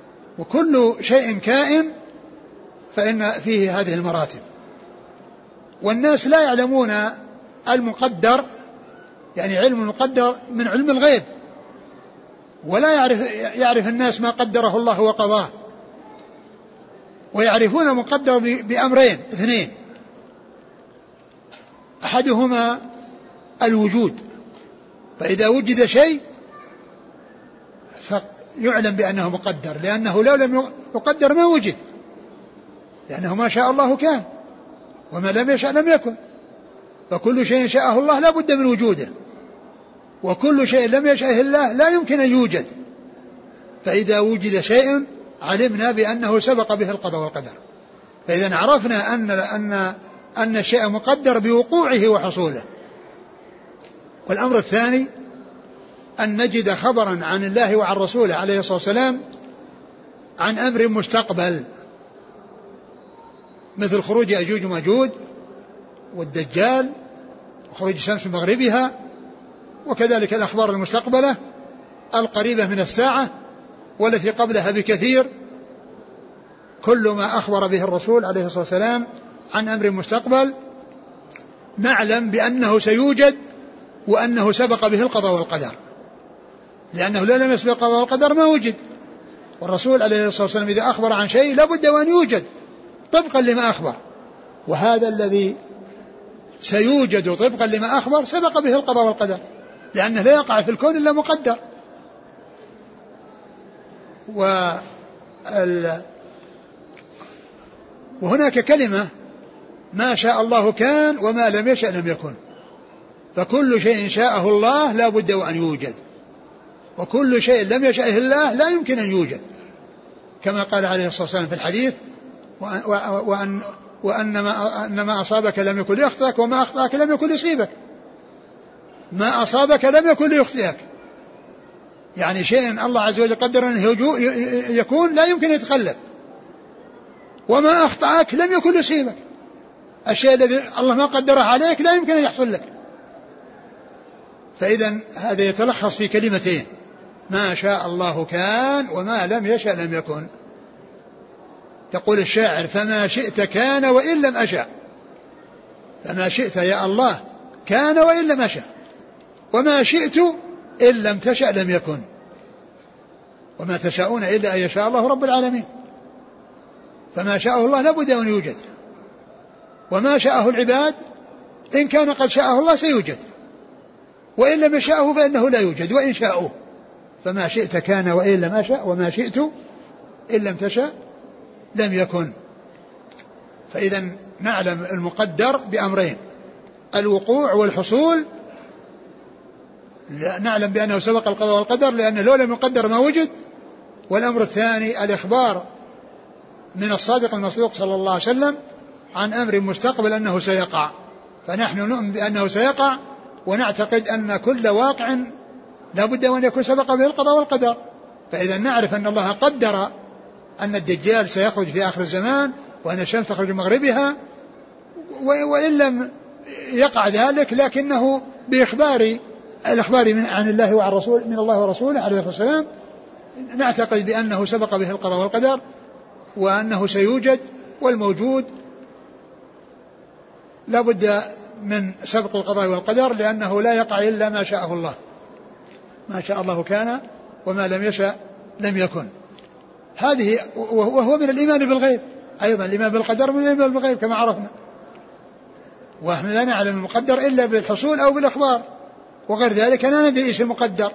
وكل شيء كائن فإن فيه هذه المراتب. والناس لا يعلمون المقدر، يعني علم المقدر من علم الغيب، ولا يعرف الناس ما قدره الله وقضاه، ويعرفون المقدر بأمرين اثنين: أحدهما الوجود، فإذا وجد شيء فيعلم بأنه مقدر، لأنه لو لم يقدر ما وجد، لأنه ما شاء الله كان وما لم يشأ لم يكن، فكل شيء شاءه الله لا بد من وجوده، وكل شيء لم يشأه الله لا يمكن أن يوجد. فإذا وجد شيء علمنا بأنه سبق به القضاء والقدر، فإذا عرفنا أن الشيء مقدر بوقوعه وحصوله. والأمر الثاني أن نجد خبرا عن الله وعن رسوله عليه الصلاة والسلام عن أمر مستقبل، مثل خروج يأجوج وماجوج والدجال وخروج الشمس من مغربها، وكذلك الأخبار المستقبلة القريبة من الساعة والتي قبلها بكثير. كل ما أخبر به الرسول عليه الصلاة والسلام عن أمر مستقبل نعلم بأنه سيوجد وأنه سبق به القضاء والقدر، لأنه لو لم يسبق القضاء والقدر ما وجد. والرسول عليه الصلاة والسلام إذا أخبر عن شيء لابد وأن يوجد طبقا لما أخبر، وهذا الذي سيوجد طبقا لما أخبر سبق به القضاء والقدر، لأنه لا يقع في الكون إلا مقدر. وهناك كلمة: ما شاء الله كان وما لم يشأ لم يكن، فكل شيء شاءه الله لا بد وأن يوجد، وكل شيء لم يشأه الله لا يمكن أن يوجد، كما قال عليه الصلاة والسلام في الحديث: وأن ما أصابك لم يكن ليخطئك وما أخطأك لم يكن ليصيبك. ما أصابك لم يكن ليخطئك، يعني شيء الله عز وجل قدر أنه يكون لا يمكن يتخلف، وما أخطأك لم يكن ليصيبك، الشيء الذي الله ما قدره عليك لا يمكن أن يحصل لك. فإذا هذا يتلخص في كلمتين: ما شاء الله كان وما لم يشأ لم يكن. يقول الشاعر: فما شئت كان وإن لم أشأ. فما شئت يا الله كان وإن لم أشأ، وما شئت إن لم تشأ لم يكن، وما تشاءون إلا أن يشاء الله رب العالمين. فما شاءه الله لابد أن يوجد، وما شاءه العباد إن كان قد شاءه الله سيوجد، وإن لم يشاءه فإنه لا يوجد وإن شاءه. فما شئت كان وإن لم أشأ، وما شئت إن لم تشأ لم يكن. فإذا نعلم المقدر بأمرين: الوقوع والحصول، نعلم بأنه سبق القضاء والقدر لأنه لو لم يقدر ما وجد. والأمر الثاني الإخبار من الصادق المصدوق صلى الله عليه وسلم عن أمر مستقبل أنه سيقع، فنحن نؤمن بأنه سيقع، ونعتقد أن كل واقع لا بد أن يكون سبق به القضاء والقدر. فإذا نعرف أن الله قدر أن الدجال سيخرج في آخر الزمان، وأن الشمس تخرج من مغربها، وإن لم يقع ذلك لكنه الإخبار عن الله وعن رسوله، من الله ورسوله عليه الصلاة والسلام، نعتقد بأنه سبق به القضاء والقدر، وأنه سيوجد. والموجود لا بد من سبق القضاء والقدر، لأنه لا يقع إلا ما شاءه الله. ما شاء الله كان وما لم يشأ لم يكن. هذه وهو من الإيمان بالغيب أيضا، الإيمان بالقدر من الإيمان بالغيب كما عرفنا. ونحن لا نعلم المقدر إلا بالحصول أو بالإخبار، وغير ذلك لا ندري إيش المقدر.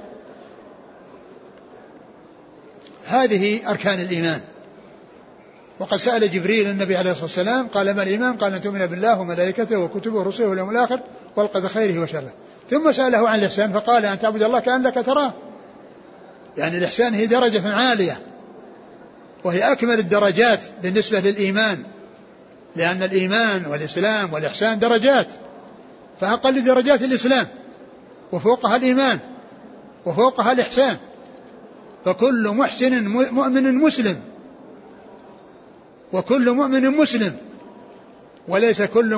هذه أركان الإيمان. وقد سأل جبريل النبي عليه الصلاة والسلام قال: ما الإيمان؟ قال: أن تؤمن بالله وملائكته وكتبه ورسله واليوم الآخر والقدر خيره وشره. ثم سأله عن الإحسان فقال: أن تعبد الله كأنك تراه. يعني الإحسان هي درجة عالية، وهي أكمل الدرجات بالنسبة للإيمان، لأن الإيمان والإسلام والإحسان درجات، فأقل درجات الإسلام، وفوقها الإيمان، وفوقها الإحسان. فكل محسن مؤمن مسلم، وكل مؤمن مسلم، وليس كل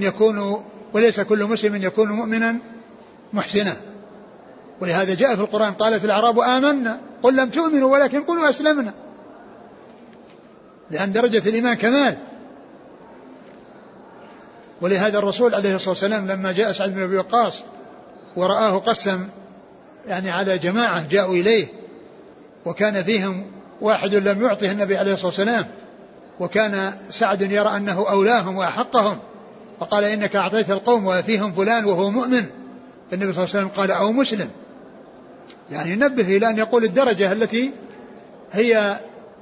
مسلم يكون مؤمنا محسنا. ولهذا جاء في القرآن: قالت الأعراب آمنا قل لم تؤمنوا ولكن قولوا أسلمنا، لأن درجة الإيمان كمال. ولهذا الرسول عليه الصلاة والسلام لما جاء سعد بن أبي وقاص ورآه قسم يعني على جماعة جاءوا إليه، وكان فيهم واحد لم يعطه النبي عليه الصلاة والسلام، وكان سعد يرى أنه أولاهم وأحقهم، فقال إنك أعطيت القوم وفيهم فلان وهو مؤمن. النبي صلى الله عليه وسلم قال أو مسلم، يعني نبه إلى أن يقول الدرجة التي هي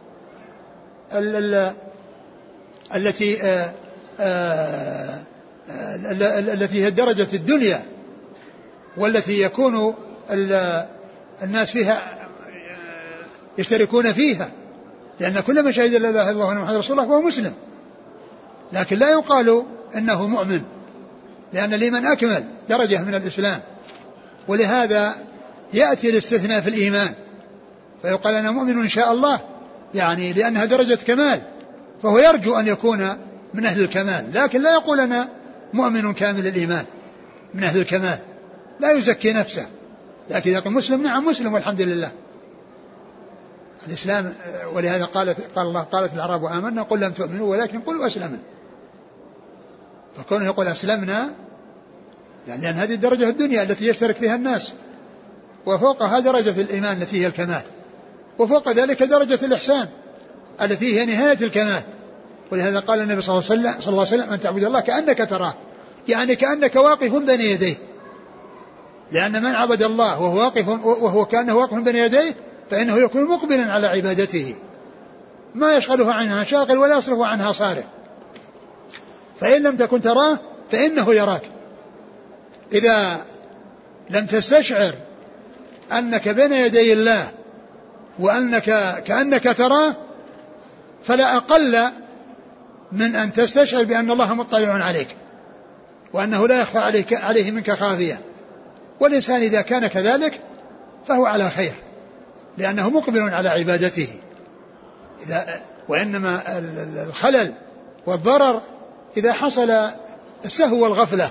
التي هي درجة الدنيا، والتي يكون الناس فيها يشتركون فيها، لأن كل من شهد لا إله إلا الله وأن محمد رسول الله فهو مسلم، لكن لا يقال إنه مؤمن، لأن لمن أكمل درجة من الإسلام. ولهذا يأتي الاستثناء في الإيمان، فيقال أنا مؤمن إن شاء الله، يعني لأنها درجة كمال، فهو يرجو أن يكون من أهل الكمال، لكن لا يقول أنا مؤمن كامل الإيمان من أهل الكمال، لا يزكي نفسه، لكن يقول مسلم نعم مسلم والحمد لله. الإسلام، ولهذا قال الله قالت الأعراب آمنا قل لم تؤمنوا ولكن قلوا أسلمنا، فكونه يقول أسلمنا يعني لأن هذه الدرجة الدنيا التي يشترك فيها الناس، وفوقها درجة الإيمان التي هي الكمال، وفوق ذلك درجة الإحسان التي هي نهاية الكمال. ولهذا قال النبي صلى الله عليه وسلم أن تعبد الله كأنك تراه، يعني كأنك واقف بين يديه، لأن من عبد الله وهو كأنه واقف بين يديه فإنه يكون مقبلا على عبادته، ما يشغله عنها شاغل ولا يصرف عنها صارف. فإن لم تكن تراه فإنه يراك. إذا لم تستشعر أنك بين يدي الله وأنك كأنك تراه، فلا أقل من أن تستشعر بأن الله مطلع عليك وأنه لا يخفى عليه منك خافية. والإنسان إذا كان كذلك فهو على خير، لأنه مقبل على عبادته. وإنما الخلل والضرر إذا حصل السهو والغفلة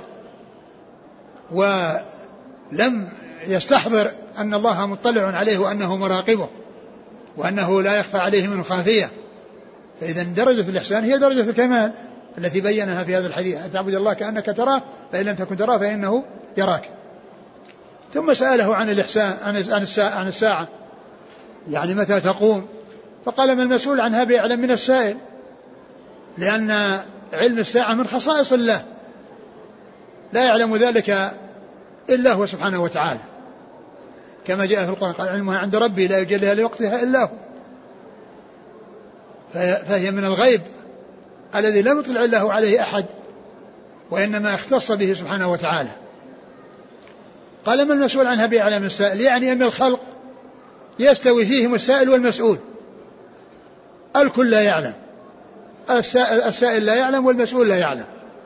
ولم يستحضر أن الله مطلع عليه وأنه مراقبه وأنه لا يخفى عليه من خافية. فإذا درجة الإحسان هي درجة الكمال التي بينها في هذا الحديث، أن تعبد الله كأنك تراه فإن لم تكن تراه فإنه يراك. ثم سأله عن الإحسان عن الساعة، يعني متى تقوم؟ فقال ما المسؤول عنها بأعلم من السائل، لأن علم الساعة من خصائص الله، لا يعلم ذلك إلا هو سبحانه وتعالى، كما جاء في القرآن قال علمها عند ربي لا يجليها لوقتها إلا هو. فهي من الغيب الذي لم يطلع الله عليه أحد، وإنما اختص به سبحانه وتعالى. قال ما المسؤول عنها بأعلم السائل، يعني أن الخلق يستوي فيهم السائل والمسؤول، الكل لا يعلم، السائل لا يعلم والمسؤول لا يعلم،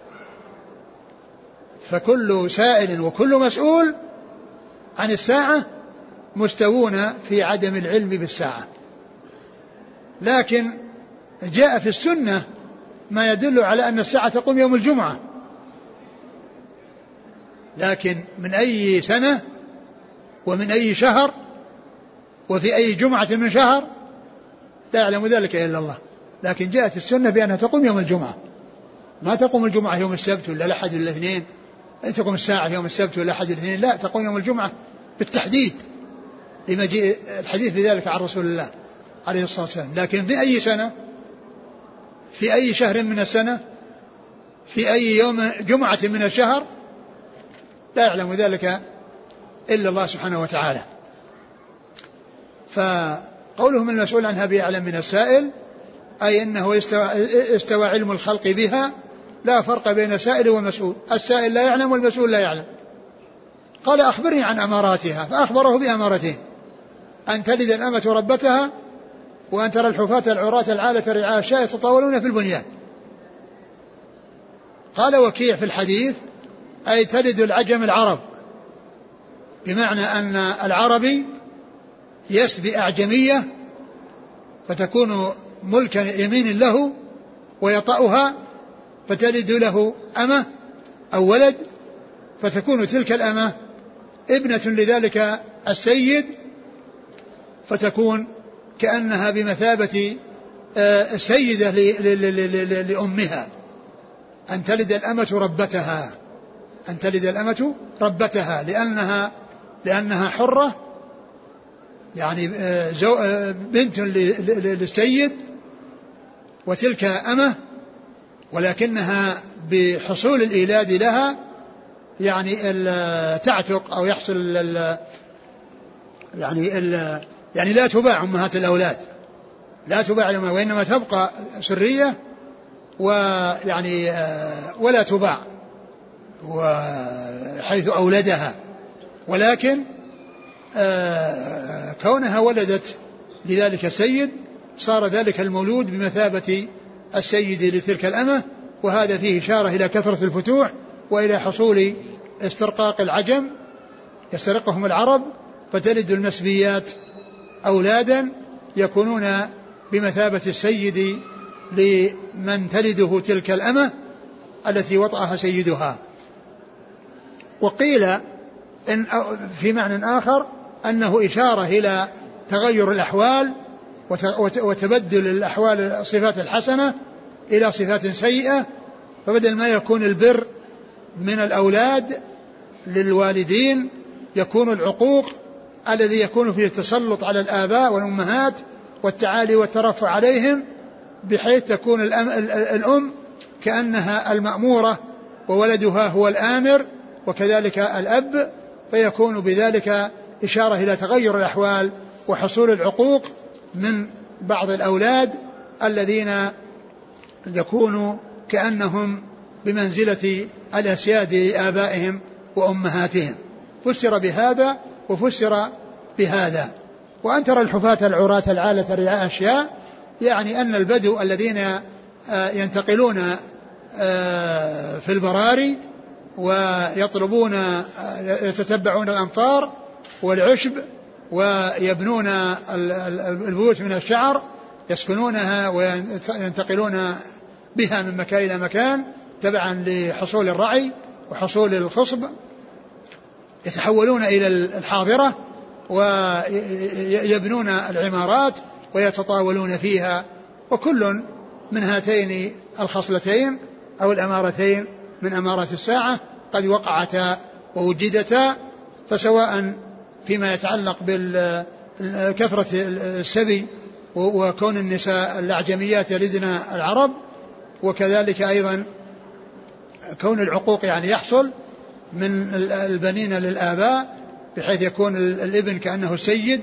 فكل سائل وكل مسؤول عن الساعة مستوون في عدم العلم بالساعة. لكن جاء في السنة ما يدل على أن الساعة تقوم يوم الجمعة، لكن من أي سنة ومن أي شهر وفي أي جمعة من شهر لا يعلم ذلك إلا الله. لكن جاءت السنة بأنها تقوم يوم الجمعة، ما تقوم الجمعة يوم السبت ولا الأحد ولا الاثنين، لا تقوم الساعة يوم السبت ولا الأحد ولا الاثنين، لا تقوم يوم الجمعة بالتحديد لما جاء الحديث بذلك عن رسول الله عليه الصلاة والسلام. لكن في أي سنة، في أي شهر من السنة، في أي يوم جمعة من الشهر لا يعلم ذلك إلا الله سبحانه وتعالى. فقولهم المسؤول عنها بأعلم من السائل أي أنه استوى علم الخلق بها، لا فرق بين سائل ومسؤول، السائل لا يعلم والمسؤول لا يعلم. قال أخبرني عن أماراتها، فأخبره بأمارتين: أن تلد الأمة ربتها، وأن ترى الحفاة العراة العالة رعاء الشاة يتطاولون في البنيان. قال وكيع في الحديث أي تلد العجم العرب، بمعنى أن العربي يسبي أعجمية فتكون ملكا يمين له ويطأها، فتلد له أمة أو ولد، فتكون تلك الأمة ابنة لذلك السيد، فتكون كأنها بمثابة السيدة لأمها. أن تلد الأمة ربتها، أن تلد الأمة ربتها، لأنها حرة، يعني بنت للسيد، وتلك أمة، ولكنها بحصول الإيلاد لها يعني تعتق أو يحصل يعني لا تباع أمهات الأولاد، لا تباع لما، وإنما تبقى سرية ويعني ولا تباع وحيث أولدها، ولكن كونها ولدت لذلك السيد صار ذلك المولود بمثابة السيد لتلك الأمة. وهذا فيه إشارة إلى كثرة الفتوح وإلى حصول استرقاق العجم، يسترقهم العرب فتلد المسبيات أولادا يكونون بمثابة السيد لمن تلده تلك الأمة التي وطأها سيدها. وقيل إن في معنى آخر أنه إشارة إلى تغير الأحوال وتبدل الأحوال، الصفات الحسنة إلى صفات سيئة، فبدل ما يكون البر من الأولاد للوالدين يكون العقوق الذي يكون فيه التسلط على الآباء والأمهات والتعالي والترفع عليهم، بحيث تكون الأم كأنها المأمورة وولدها هو الآمر، وكذلك الأب، فيكون بذلك إشارة إلى تغير الأحوال وحصول العقوق من بعض الأولاد الذين يكونوا كأنهم بمنزلة الأسياد لآبائهم وأمهاتهم. فسر بهذا وفسر بهذا. وأن ترى الحفاة العراة العالة الرعاء أشياء، يعني أن البدو الذين ينتقلون في البراري ويطلبون يتتبعون الأمطار والعشب ويبنون البيوت من الشعر يسكنونها وينتقلون بها من مكان إلى مكان تبعا لحصول الرعي وحصول الخصب، يتحولون إلى الحاضرة ويبنون العمارات ويتطاولون فيها، وكل من هاتين الخصلتين أو الأمارتين من أمارات الساعة قد وقعتا ووجدتا. فسواء فيما يتعلق بالكثرة السبي وكون النساء الأعجميات يلدن العرب، وكذلك أيضا كون العقوق يعني يحصل من البنين للآباء بحيث يكون الابن كأنه السيد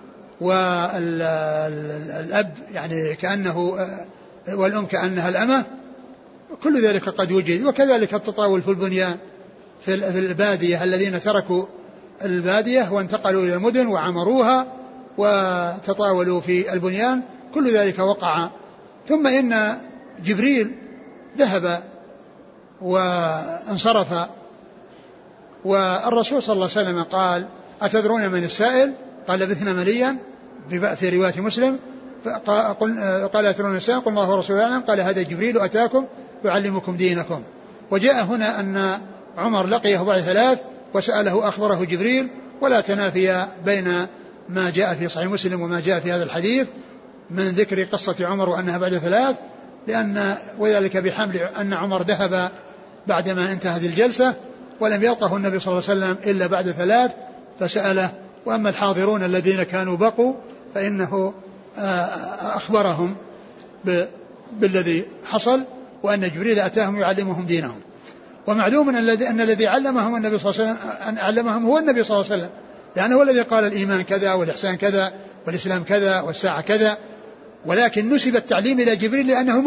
والأب يعني كأنه والأم كأنها الأمة، كل ذلك قد وجد. وكذلك التطاول في البنيان في البادية، الذين تركوا البادية وانتقلوا إلى المدن وعمروها وتطاولوا في البنيان، كل ذلك وقع. ثم إن جبريل ذهب وانصرف، والرسول صلى الله عليه وسلم قال: أتدرون من السائل؟ قال: لبثنا مليا، في رواية مسلم. قال: أتدرون من السائل؟ قل الله ورسوله أعلم. قال: هذا جبريل أتاكم يعلمكم دينكم. وجاء هنا أن عمر لقيه بعد 3 وسأله، أخبره جبريل، ولا تنافي بين ما جاء في صحيح مسلم وما جاء في هذا الحديث من ذكر قصة عمر وأنها بعد 3، وذلك بحمل أن عمر ذهب بعدما انتهت الجلسة ولم يلقه النبي صلى الله عليه وسلم إلا بعد 3 فسأله. وأما الحاضرون الذين كانوا بقوا فإنه أخبرهم بالذي حصل، وأن جبريل أتاهم يعلمهم دينهم. ومعلوم أن الذي علمهم النبي صلى الله عليه وسلم علمهم هو النبي صلى الله عليه وسلم، لأنه هو الذي قال: الإيمان كذا والإحسان كذا والإسلام كذا والساعة كذا. ولكن نسب التعليم إلى جبريل لأنه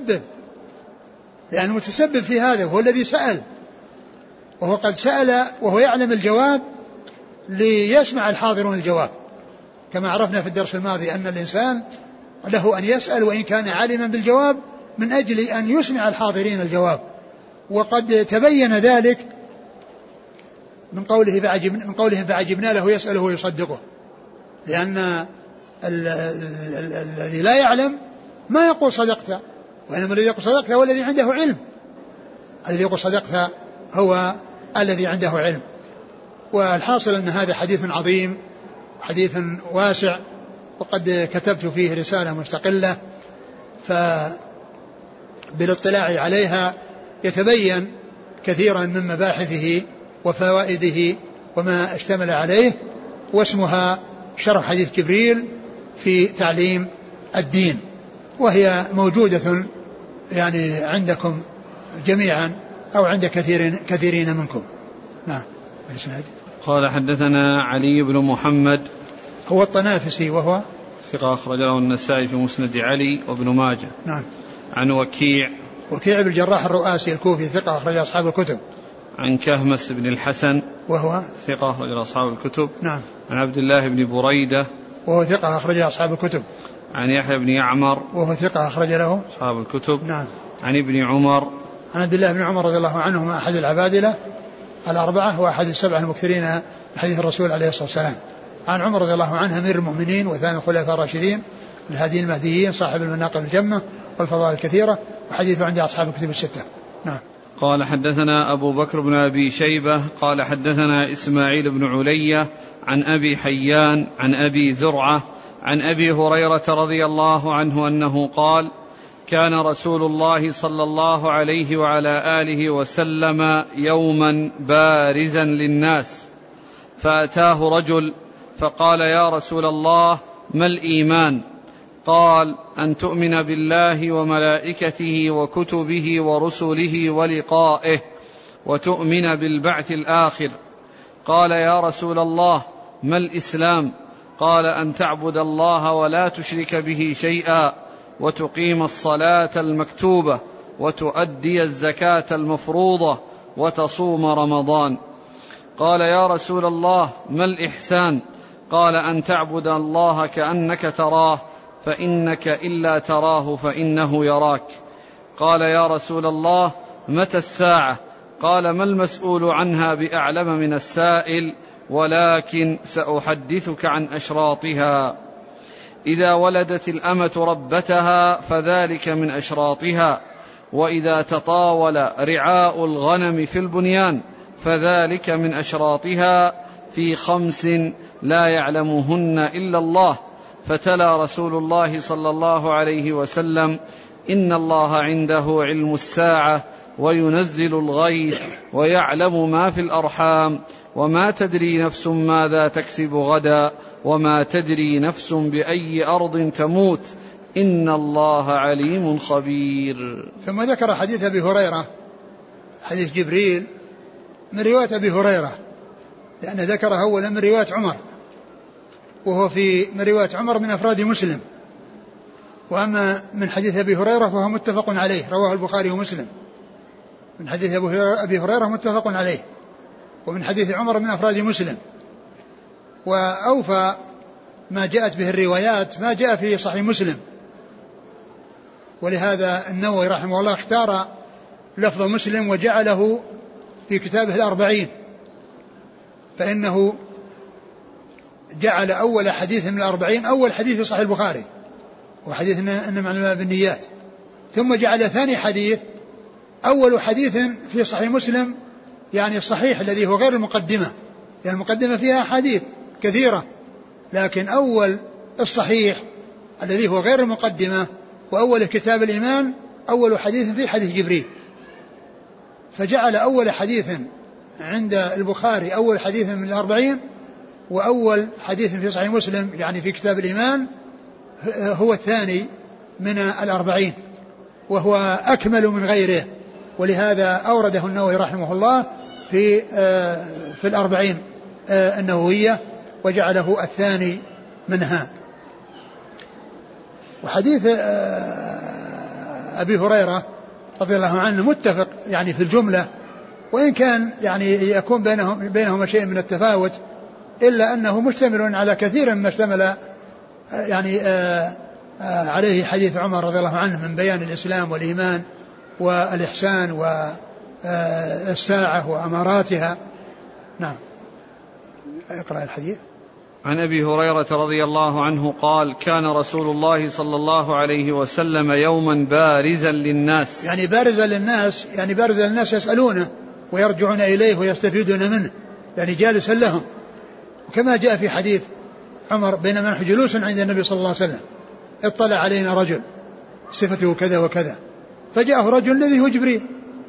متسبب في هذا، وهو الذي سأل، وهو قد سأل وهو يعلم الجواب ليسمع الحاضرون الجواب، كما عرفنا في الدرس الماضي أن الإنسان له أن يسأل وإن كان عالما بالجواب من أجل أن يسمع الحاضرين الجواب. وقد تبين ذلك من قوله فعجبنا له يسأله ويصدقه، لأن الذي لا يعلم ما يقول صدقت، وإنما الذي يقول صدقت هو الذي عنده علم، الذي يقول صدقت هو الذي عنده علم. والحاصل أن هذا حديث عظيم، حديث واسع، وقد كتبت فيه رسالة مستقلة، فبالاطلاع عليها يتبين كثيرا من مباحثه وفوائده وما اشتمل عليه، واسمها شرح حديث جبريل في تعليم الدين، وهي موجودة يعني عندكم جميعا أو عند كثيرين منكم. نعم.
قال حدثنا علي بن محمد
هو الطنافسي وهو
ثقة أخرج له النسائي في مسند علي وابن ماجه.
نعم.
عن وكيع
بن الجراح الرؤاسي الكوفي ثقة أخرج أصحاب الكتب.
عن كهمس بن الحسن وهو ثقة أخرج أصحاب الكتب.
نعم.
عن عبد الله بن بريدة
وهو ثقة أخرج أصحاب الكتب.
عن يحيى بن يعمر
وهو ثقة أخرج له
أصحاب الكتب.
نعم.
عن ابن عمر
عن عبد الله بن عمر رضي الله عنهما أحد العبادلة الأربعة وأحد السبعة المكثرين من حديث الرسول عليه الصلاة والسلام. عن عمر رضي الله عنه أمير المؤمنين وثاني الخلفاء الراشدين الهاديين المهديين صاحب المناقب الجمة والفضائل الكثيرة، وحديثه عند أصحاب الكتب الستة. نعم.
قال حدثنا أبو بكر بن أبي شيبة قال حدثنا إسماعيل بن علية عن أبي حيان عن أبي زرعة عن أبي هريرة رضي الله عنه أنه قال: كان رسول الله صلى الله عليه وعلى آله وسلم يوما بارزا للناس، فأتاه رجل فقال: يا رسول الله، ما الإيمان؟ قال: أن تؤمن بالله وملائكته وكتبه ورسله ولقائه، وتؤمن بالبعث الآخر. قال: يا رسول الله، ما الإسلام؟ قال: أن تعبد الله ولا تشرك به شيئا، وتقيم الصلاة المكتوبة، وتؤدي الزكاة المفروضة، وتصوم رمضان. قال: يا رسول الله، ما الإحسان؟ قال: أن تعبد الله كأنك تراه، فإنك إلا تراه فإنه يراك. قال: يا رسول الله، متى الساعة؟ قال: ما المسؤول عنها بأعلم من السائل، ولكن سأحدثك عن أشراطها. إذا ولدت الأمة ربتها فذلك من أشراطها، وإذا تطاول رعاء الغنم في البنيان فذلك من أشراطها، في 5 لا يعلمهن إلا الله. فتلا رسول الله صلى الله عليه وسلم: إن الله عنده علم الساعة وينزل الغيث ويعلم ما في الأرحام، وما تدري نفس ماذا تكسب غدا، وما تدري نفس بأي أرض تموت، إن الله عليم خبير.
ثم ذكر حديث أبي هريرة، حديث جبريل من رواية أبي هريرة، لأن ذكره أولا من رواية عمر، وهو من رواية عمر من أفراد مسلم. وأما من حديث أبي هريرة فهو متفق عليه، رواه البخاري ومسلم. من حديث أبي هريرة متفق عليه، ومن حديث عمر من أفراد مسلم. وأوفى ما جاءت به الروايات ما جاء في صحيح مسلم، ولهذا النووي رحمه الله اختار لفظ مسلم وجعله في كتابه 40، فإنه جعل أول حديث من 40 أول حديث في صحيح البخاري، وحديث إنما الأعمال بالنيات، ثم جعل ثاني حديث أول حديث في صحيح مسلم، يعني الصحيح الذي هو غير المقدمة، يعني المقدمة فيها حديث كثيرة، لكن أول الصحيح الذي هو غير المقدمة وأول كتاب الإيمان أول حديث في حديث جبريل. فجعل أول حديث عند البخاري أول حديث من 40، وأول حديث في صحيح مسلم يعني في كتاب الإيمان هو الثاني من 40، وهو أكمل من غيره، ولهذا أورده النووي رحمه الله في 40 النووية، وجعله الثاني منها. وحديث أبي هريرة رضي الله عنه متفق يعني في الجملة، وإن كان يعني يكون بينهما شيء من التفاوت، إلا أنه مشتمل على كثير مما اشتمل يعني عليه حديث عمر رضي الله عنه من بيان الإسلام والإيمان والإحسان والساعة وأماراتها. نعم. اقرأ الحديث.
عن أبي هريرة رضي الله عنه قال: كان رسول الله صلى الله عليه وسلم يوما بارزا للناس.
يعني بارزا للناس، يعني بارزا للناس يسألونه ويرجعون إليه ويستفيدون منه، يعني جالسا لهم. وكما جاء في حديث عمر: بينما نحن جلوس عند النبي صلى الله عليه وسلم اطلع علينا رجل صفته كذا وكذا، فجاءه رجل الذي هو جبريل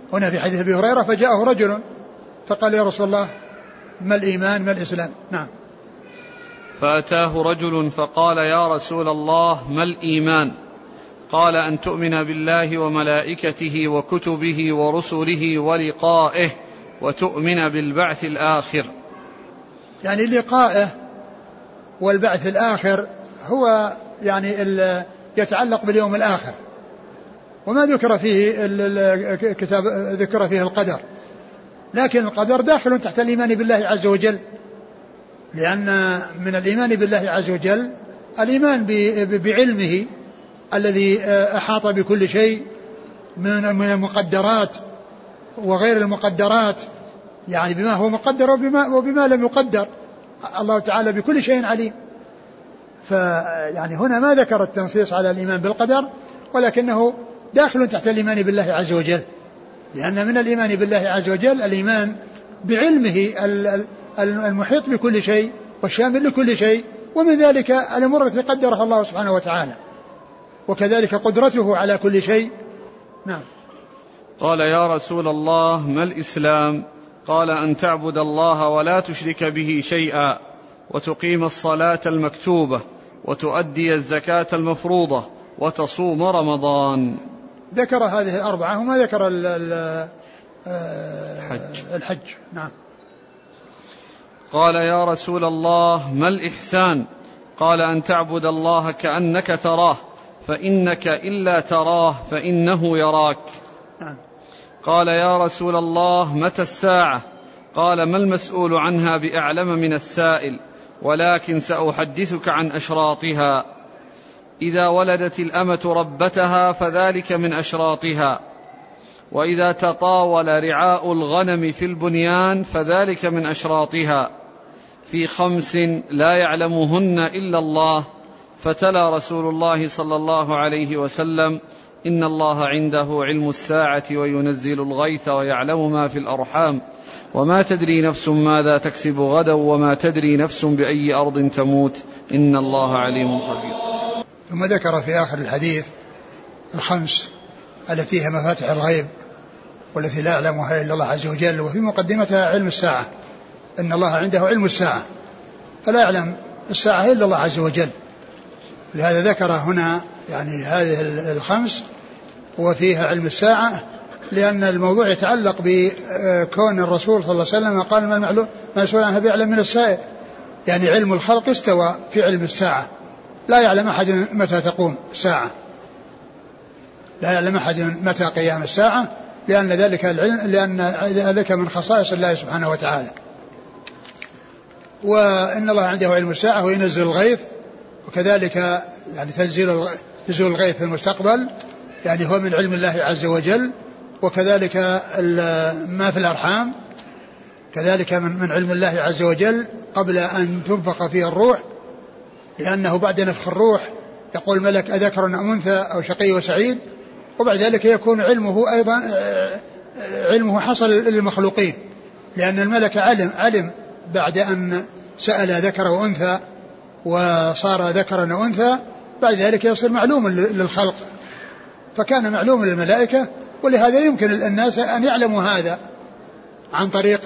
هنا في حديث أبي هريرة فجاءه رجل فقال يا رسول الله ما الإيمان ما الإسلام. نعم.
فأتاه رجل فقال يا رسول الله ما الإيمان؟ قال أن تؤمن بالله وملائكته وكتبه ورسله ولقائه وتؤمن بالبعث الآخر.
يعني لقائه والبعث الآخر هو يعني يتعلق باليوم الآخر، وما ذكر فيه الكتاب ذكر فيه القدر، لكن القدر داخل تحت الإيمان بالله عز وجل، لأن من الإيمان بالله عز وجل الإيمان بعلمه الذي أحاط بكل شيء من المقدرات وغير المقدرات، يعني بما هو مقدر وبما لم يقدر، الله تعالى بكل شيء عليم. فيعني هنا ما ذكر التنصيص على الإيمان بالقدر، ولكنه داخل تحت الإيمان بالله عز وجل، لأن من الإيمان بالله عز وجل الإيمان بعلمه المحيط بكل شيء والشامل لكل شيء، ومن ذلك الأمور التي قدرها الله سبحانه وتعالى، وكذلك قدرته على كل شيء. نعم.
قال يا رسول الله ما الإسلام؟ قال أن تعبد الله ولا تشرك به شيئا وتقيم الصلاة المكتوبة وتؤدي الزكاة المفروضة وتصوم رمضان.
ذكر هذه الأربعة وما ذكر الحج. نعم.
قال يا رسول الله ما الإحسان؟ قال أن تعبد الله كأنك تراه فإنك إلا تراه فإنه يراك.
نعم.
قال يا رسول الله متى الساعة؟ قال ما المسؤول عنها بأعلم من السائل، ولكن سأحدثك عن أشراطها. إذا ولدت الأمة ربتها فذلك من أشراطها، وإذا تطاول رعاء الغنم في البنيان فذلك من أشراطها، في 5 لا يعلمهن إلا الله. فتلا رسول الله صلى الله عليه وسلم إن الله عنده علم الساعة وينزل الغيث ويعلم ما في الأرحام وما تدري نفس ماذا تكسب غدا وما تدري نفس بأي أرض تموت إن الله عليم خبير.
ثم ذكر في آخر الحديث 5 التي هي مفاتح الغيب والتي لا يعلمها إلا الله عز وجل، وفي مقدمتها علم الساعة، إن الله عنده علم الساعة فلا يعلم الساعة إلا الله عز وجل. لهذا ذكر هنا يعني هذه 5 وفيها علم الساعة، لأن الموضوع يتعلق بكون الرسول صلى الله عليه وسلم قال ما يسؤول عنها بيعلم من السائل، يعني علم الخلق استوى في علم الساعة، لا يعلم أحد متى تقوم الساعة، لا يعلم أحد متى قيام الساعة، لأن ذلك من خصائص الله سبحانه وتعالى. وإن الله عنده علم الساعة وينزل الغيث، وكذلك يعني نزول الغيث في المستقبل يعني هو من علم الله عز وجل، وكذلك ما في الأرحام كذلك من علم الله عز وجل قبل أن تنفخ فيه الروح، لأنه بعد نفخ الروح يقول الملك أذكر أم أنثى أو شقي وسعيد، وبعد ذلك يكون علمه أيضا علمه حصل للمخلوقين، لأن الملك علم بعد أن سأل ذكر وأنثى وصار ذكرا وأنثى، بعد ذلك يصير معلوم للخلق، فكان معلوم للملائكة. ولهذا يمكن الناس أن يعلموا هذا عن طريق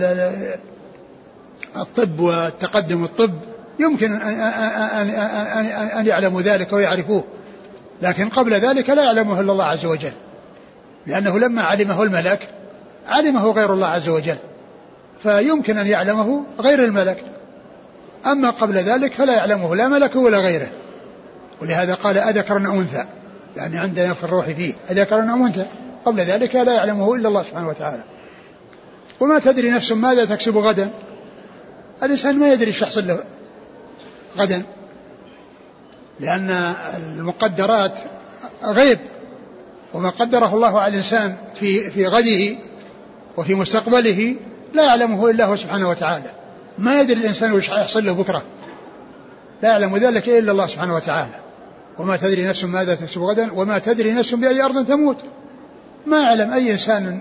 الطب والتقدم الطب، يمكن أن يعلموا ذلك ويعرفوه، لكن قبل ذلك لا يعلمه إلا الله عز وجل، لأنه لما علمه الملك علمه غير الله عز وجل، فيمكن أن يعلمه غير الملك، أما قبل ذلك فلا يعلمه لا ملك ولا غيره. ولهذا قال أذكر أم أنثى، يعني عند نفخ الروح فيه أذكر أم أنثى، قبل ذلك لا يعلمه إلا الله سبحانه وتعالى. وما تدري نفس ماذا تكسب غدا، الإنسان ما يدري ايش يحصل له غدا، لأن المقدرات غيب، وما قدره الله على الإنسان في غده وفي مستقبله لا يعلمه إلا هو سبحانه وتعالى. ما يدري الإنسان وش يحصل له بكرة، لا يعلم ذلك إلا الله سبحانه وتعالى. وما تدري نفس ماذا تكسب غدا وما تدري نفس بأي أرض تموت، ما يعلم أي إنسان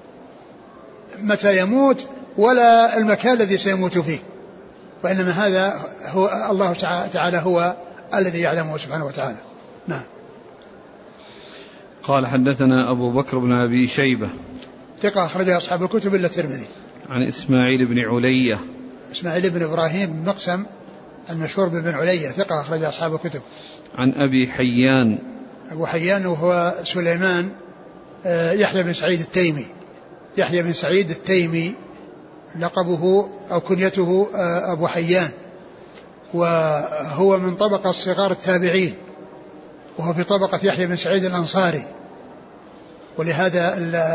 متى يموت ولا المكان الذي سيموت فيه، وإنما هذا هو الله تعالى هو الذي يعلمه سبحانه وتعالى. نعم.
قال حدثنا أبو بكر بن أبي شيبة
ثقة أخرجها أصحاب الكتب إلا الترمذي.
عن إسماعيل بن علية.
إسماعيل بن إبراهيم بن مقسم المشهور بن علية ثقة أخرجها أصحاب الكتب.
عن أبي حيان.
أبو حيان وهو سليمان يحيى بن سعيد التيمي. يحيى بن سعيد التيمي لقبه أو كنيته أبو حيان، وهو من طبقة صغار التابعين، وهو في طبقة يحيى بن سعيد الأنصاري. ولهذا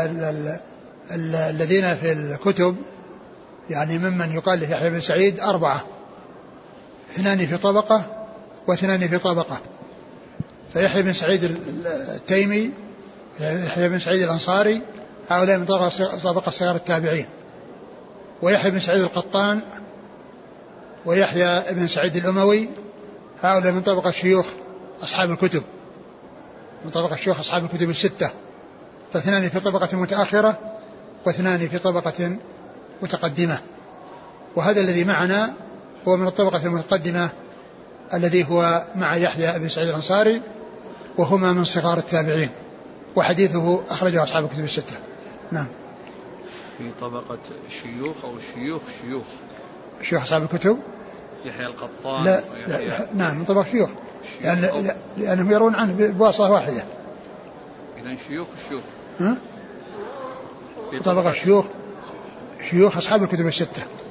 الذين في الكتب يعني ممن يقال له يحيى بن سعيد 4، 2 في طبقة و2 في طبقة. فيحيى بن سعيد التيمي، يحيى بن سعيد الأنصاري، هؤلاء من طبقة صغار التابعين. ويحيى بن سعيد القطان ويحيى بن سعيد الأموي هؤلاء من طبقة شيوخ أصحاب الكتب، من طبقة شيوخ أصحاب الكتب 6، ف2 في طبقة متأخرة و2 في طبقة متقدمة. وهذا الذي معنا هو من الطبقة المتقدمة الذي هو مع يحيى بن سعيد الأنصاري، وهما من صغار التابعين، وحديثه أخرجه أصحاب الكتب 6. نعم.
في طبقة شيوخ أو
شيوخ أصحاب الكتب.
يحيى القطان.
لا نعم من طبقة شيوخ لأنهم يرون عنه بواسطة واحدة.
إذن شيوخ
في طبقة شيوخ أصحاب الكتب 6.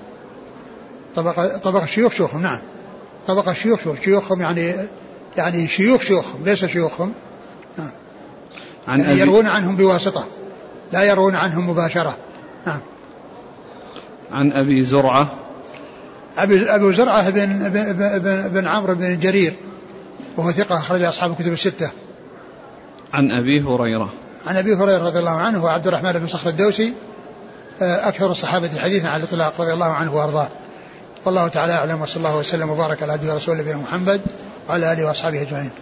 طبقة شيوخ نعم. طبقة شيوخهم يعني شيوخهم ليس شيوخهم. نعم. يعني يروون عنهم بواسطة لا يروون عنهم مباشرة. نعم.
عن أبي زرعة.
أبو زرعة بن عمرو بن جرير وهو ثقة أخرج أصحاب الكتب 6.
عن أبي هريرة.
عن أبي هريرة رضي الله عنه وعبد الرحمن بن صخر الدوسي أكثر الصحابة حديثا على الإطلاق رضي الله عنه وأرضاه. والله تعالى أعلم، وصلى الله وسلم وبارك على عبده ورسوله نبينا محمد وعلى آله وأصحابه أجمعين.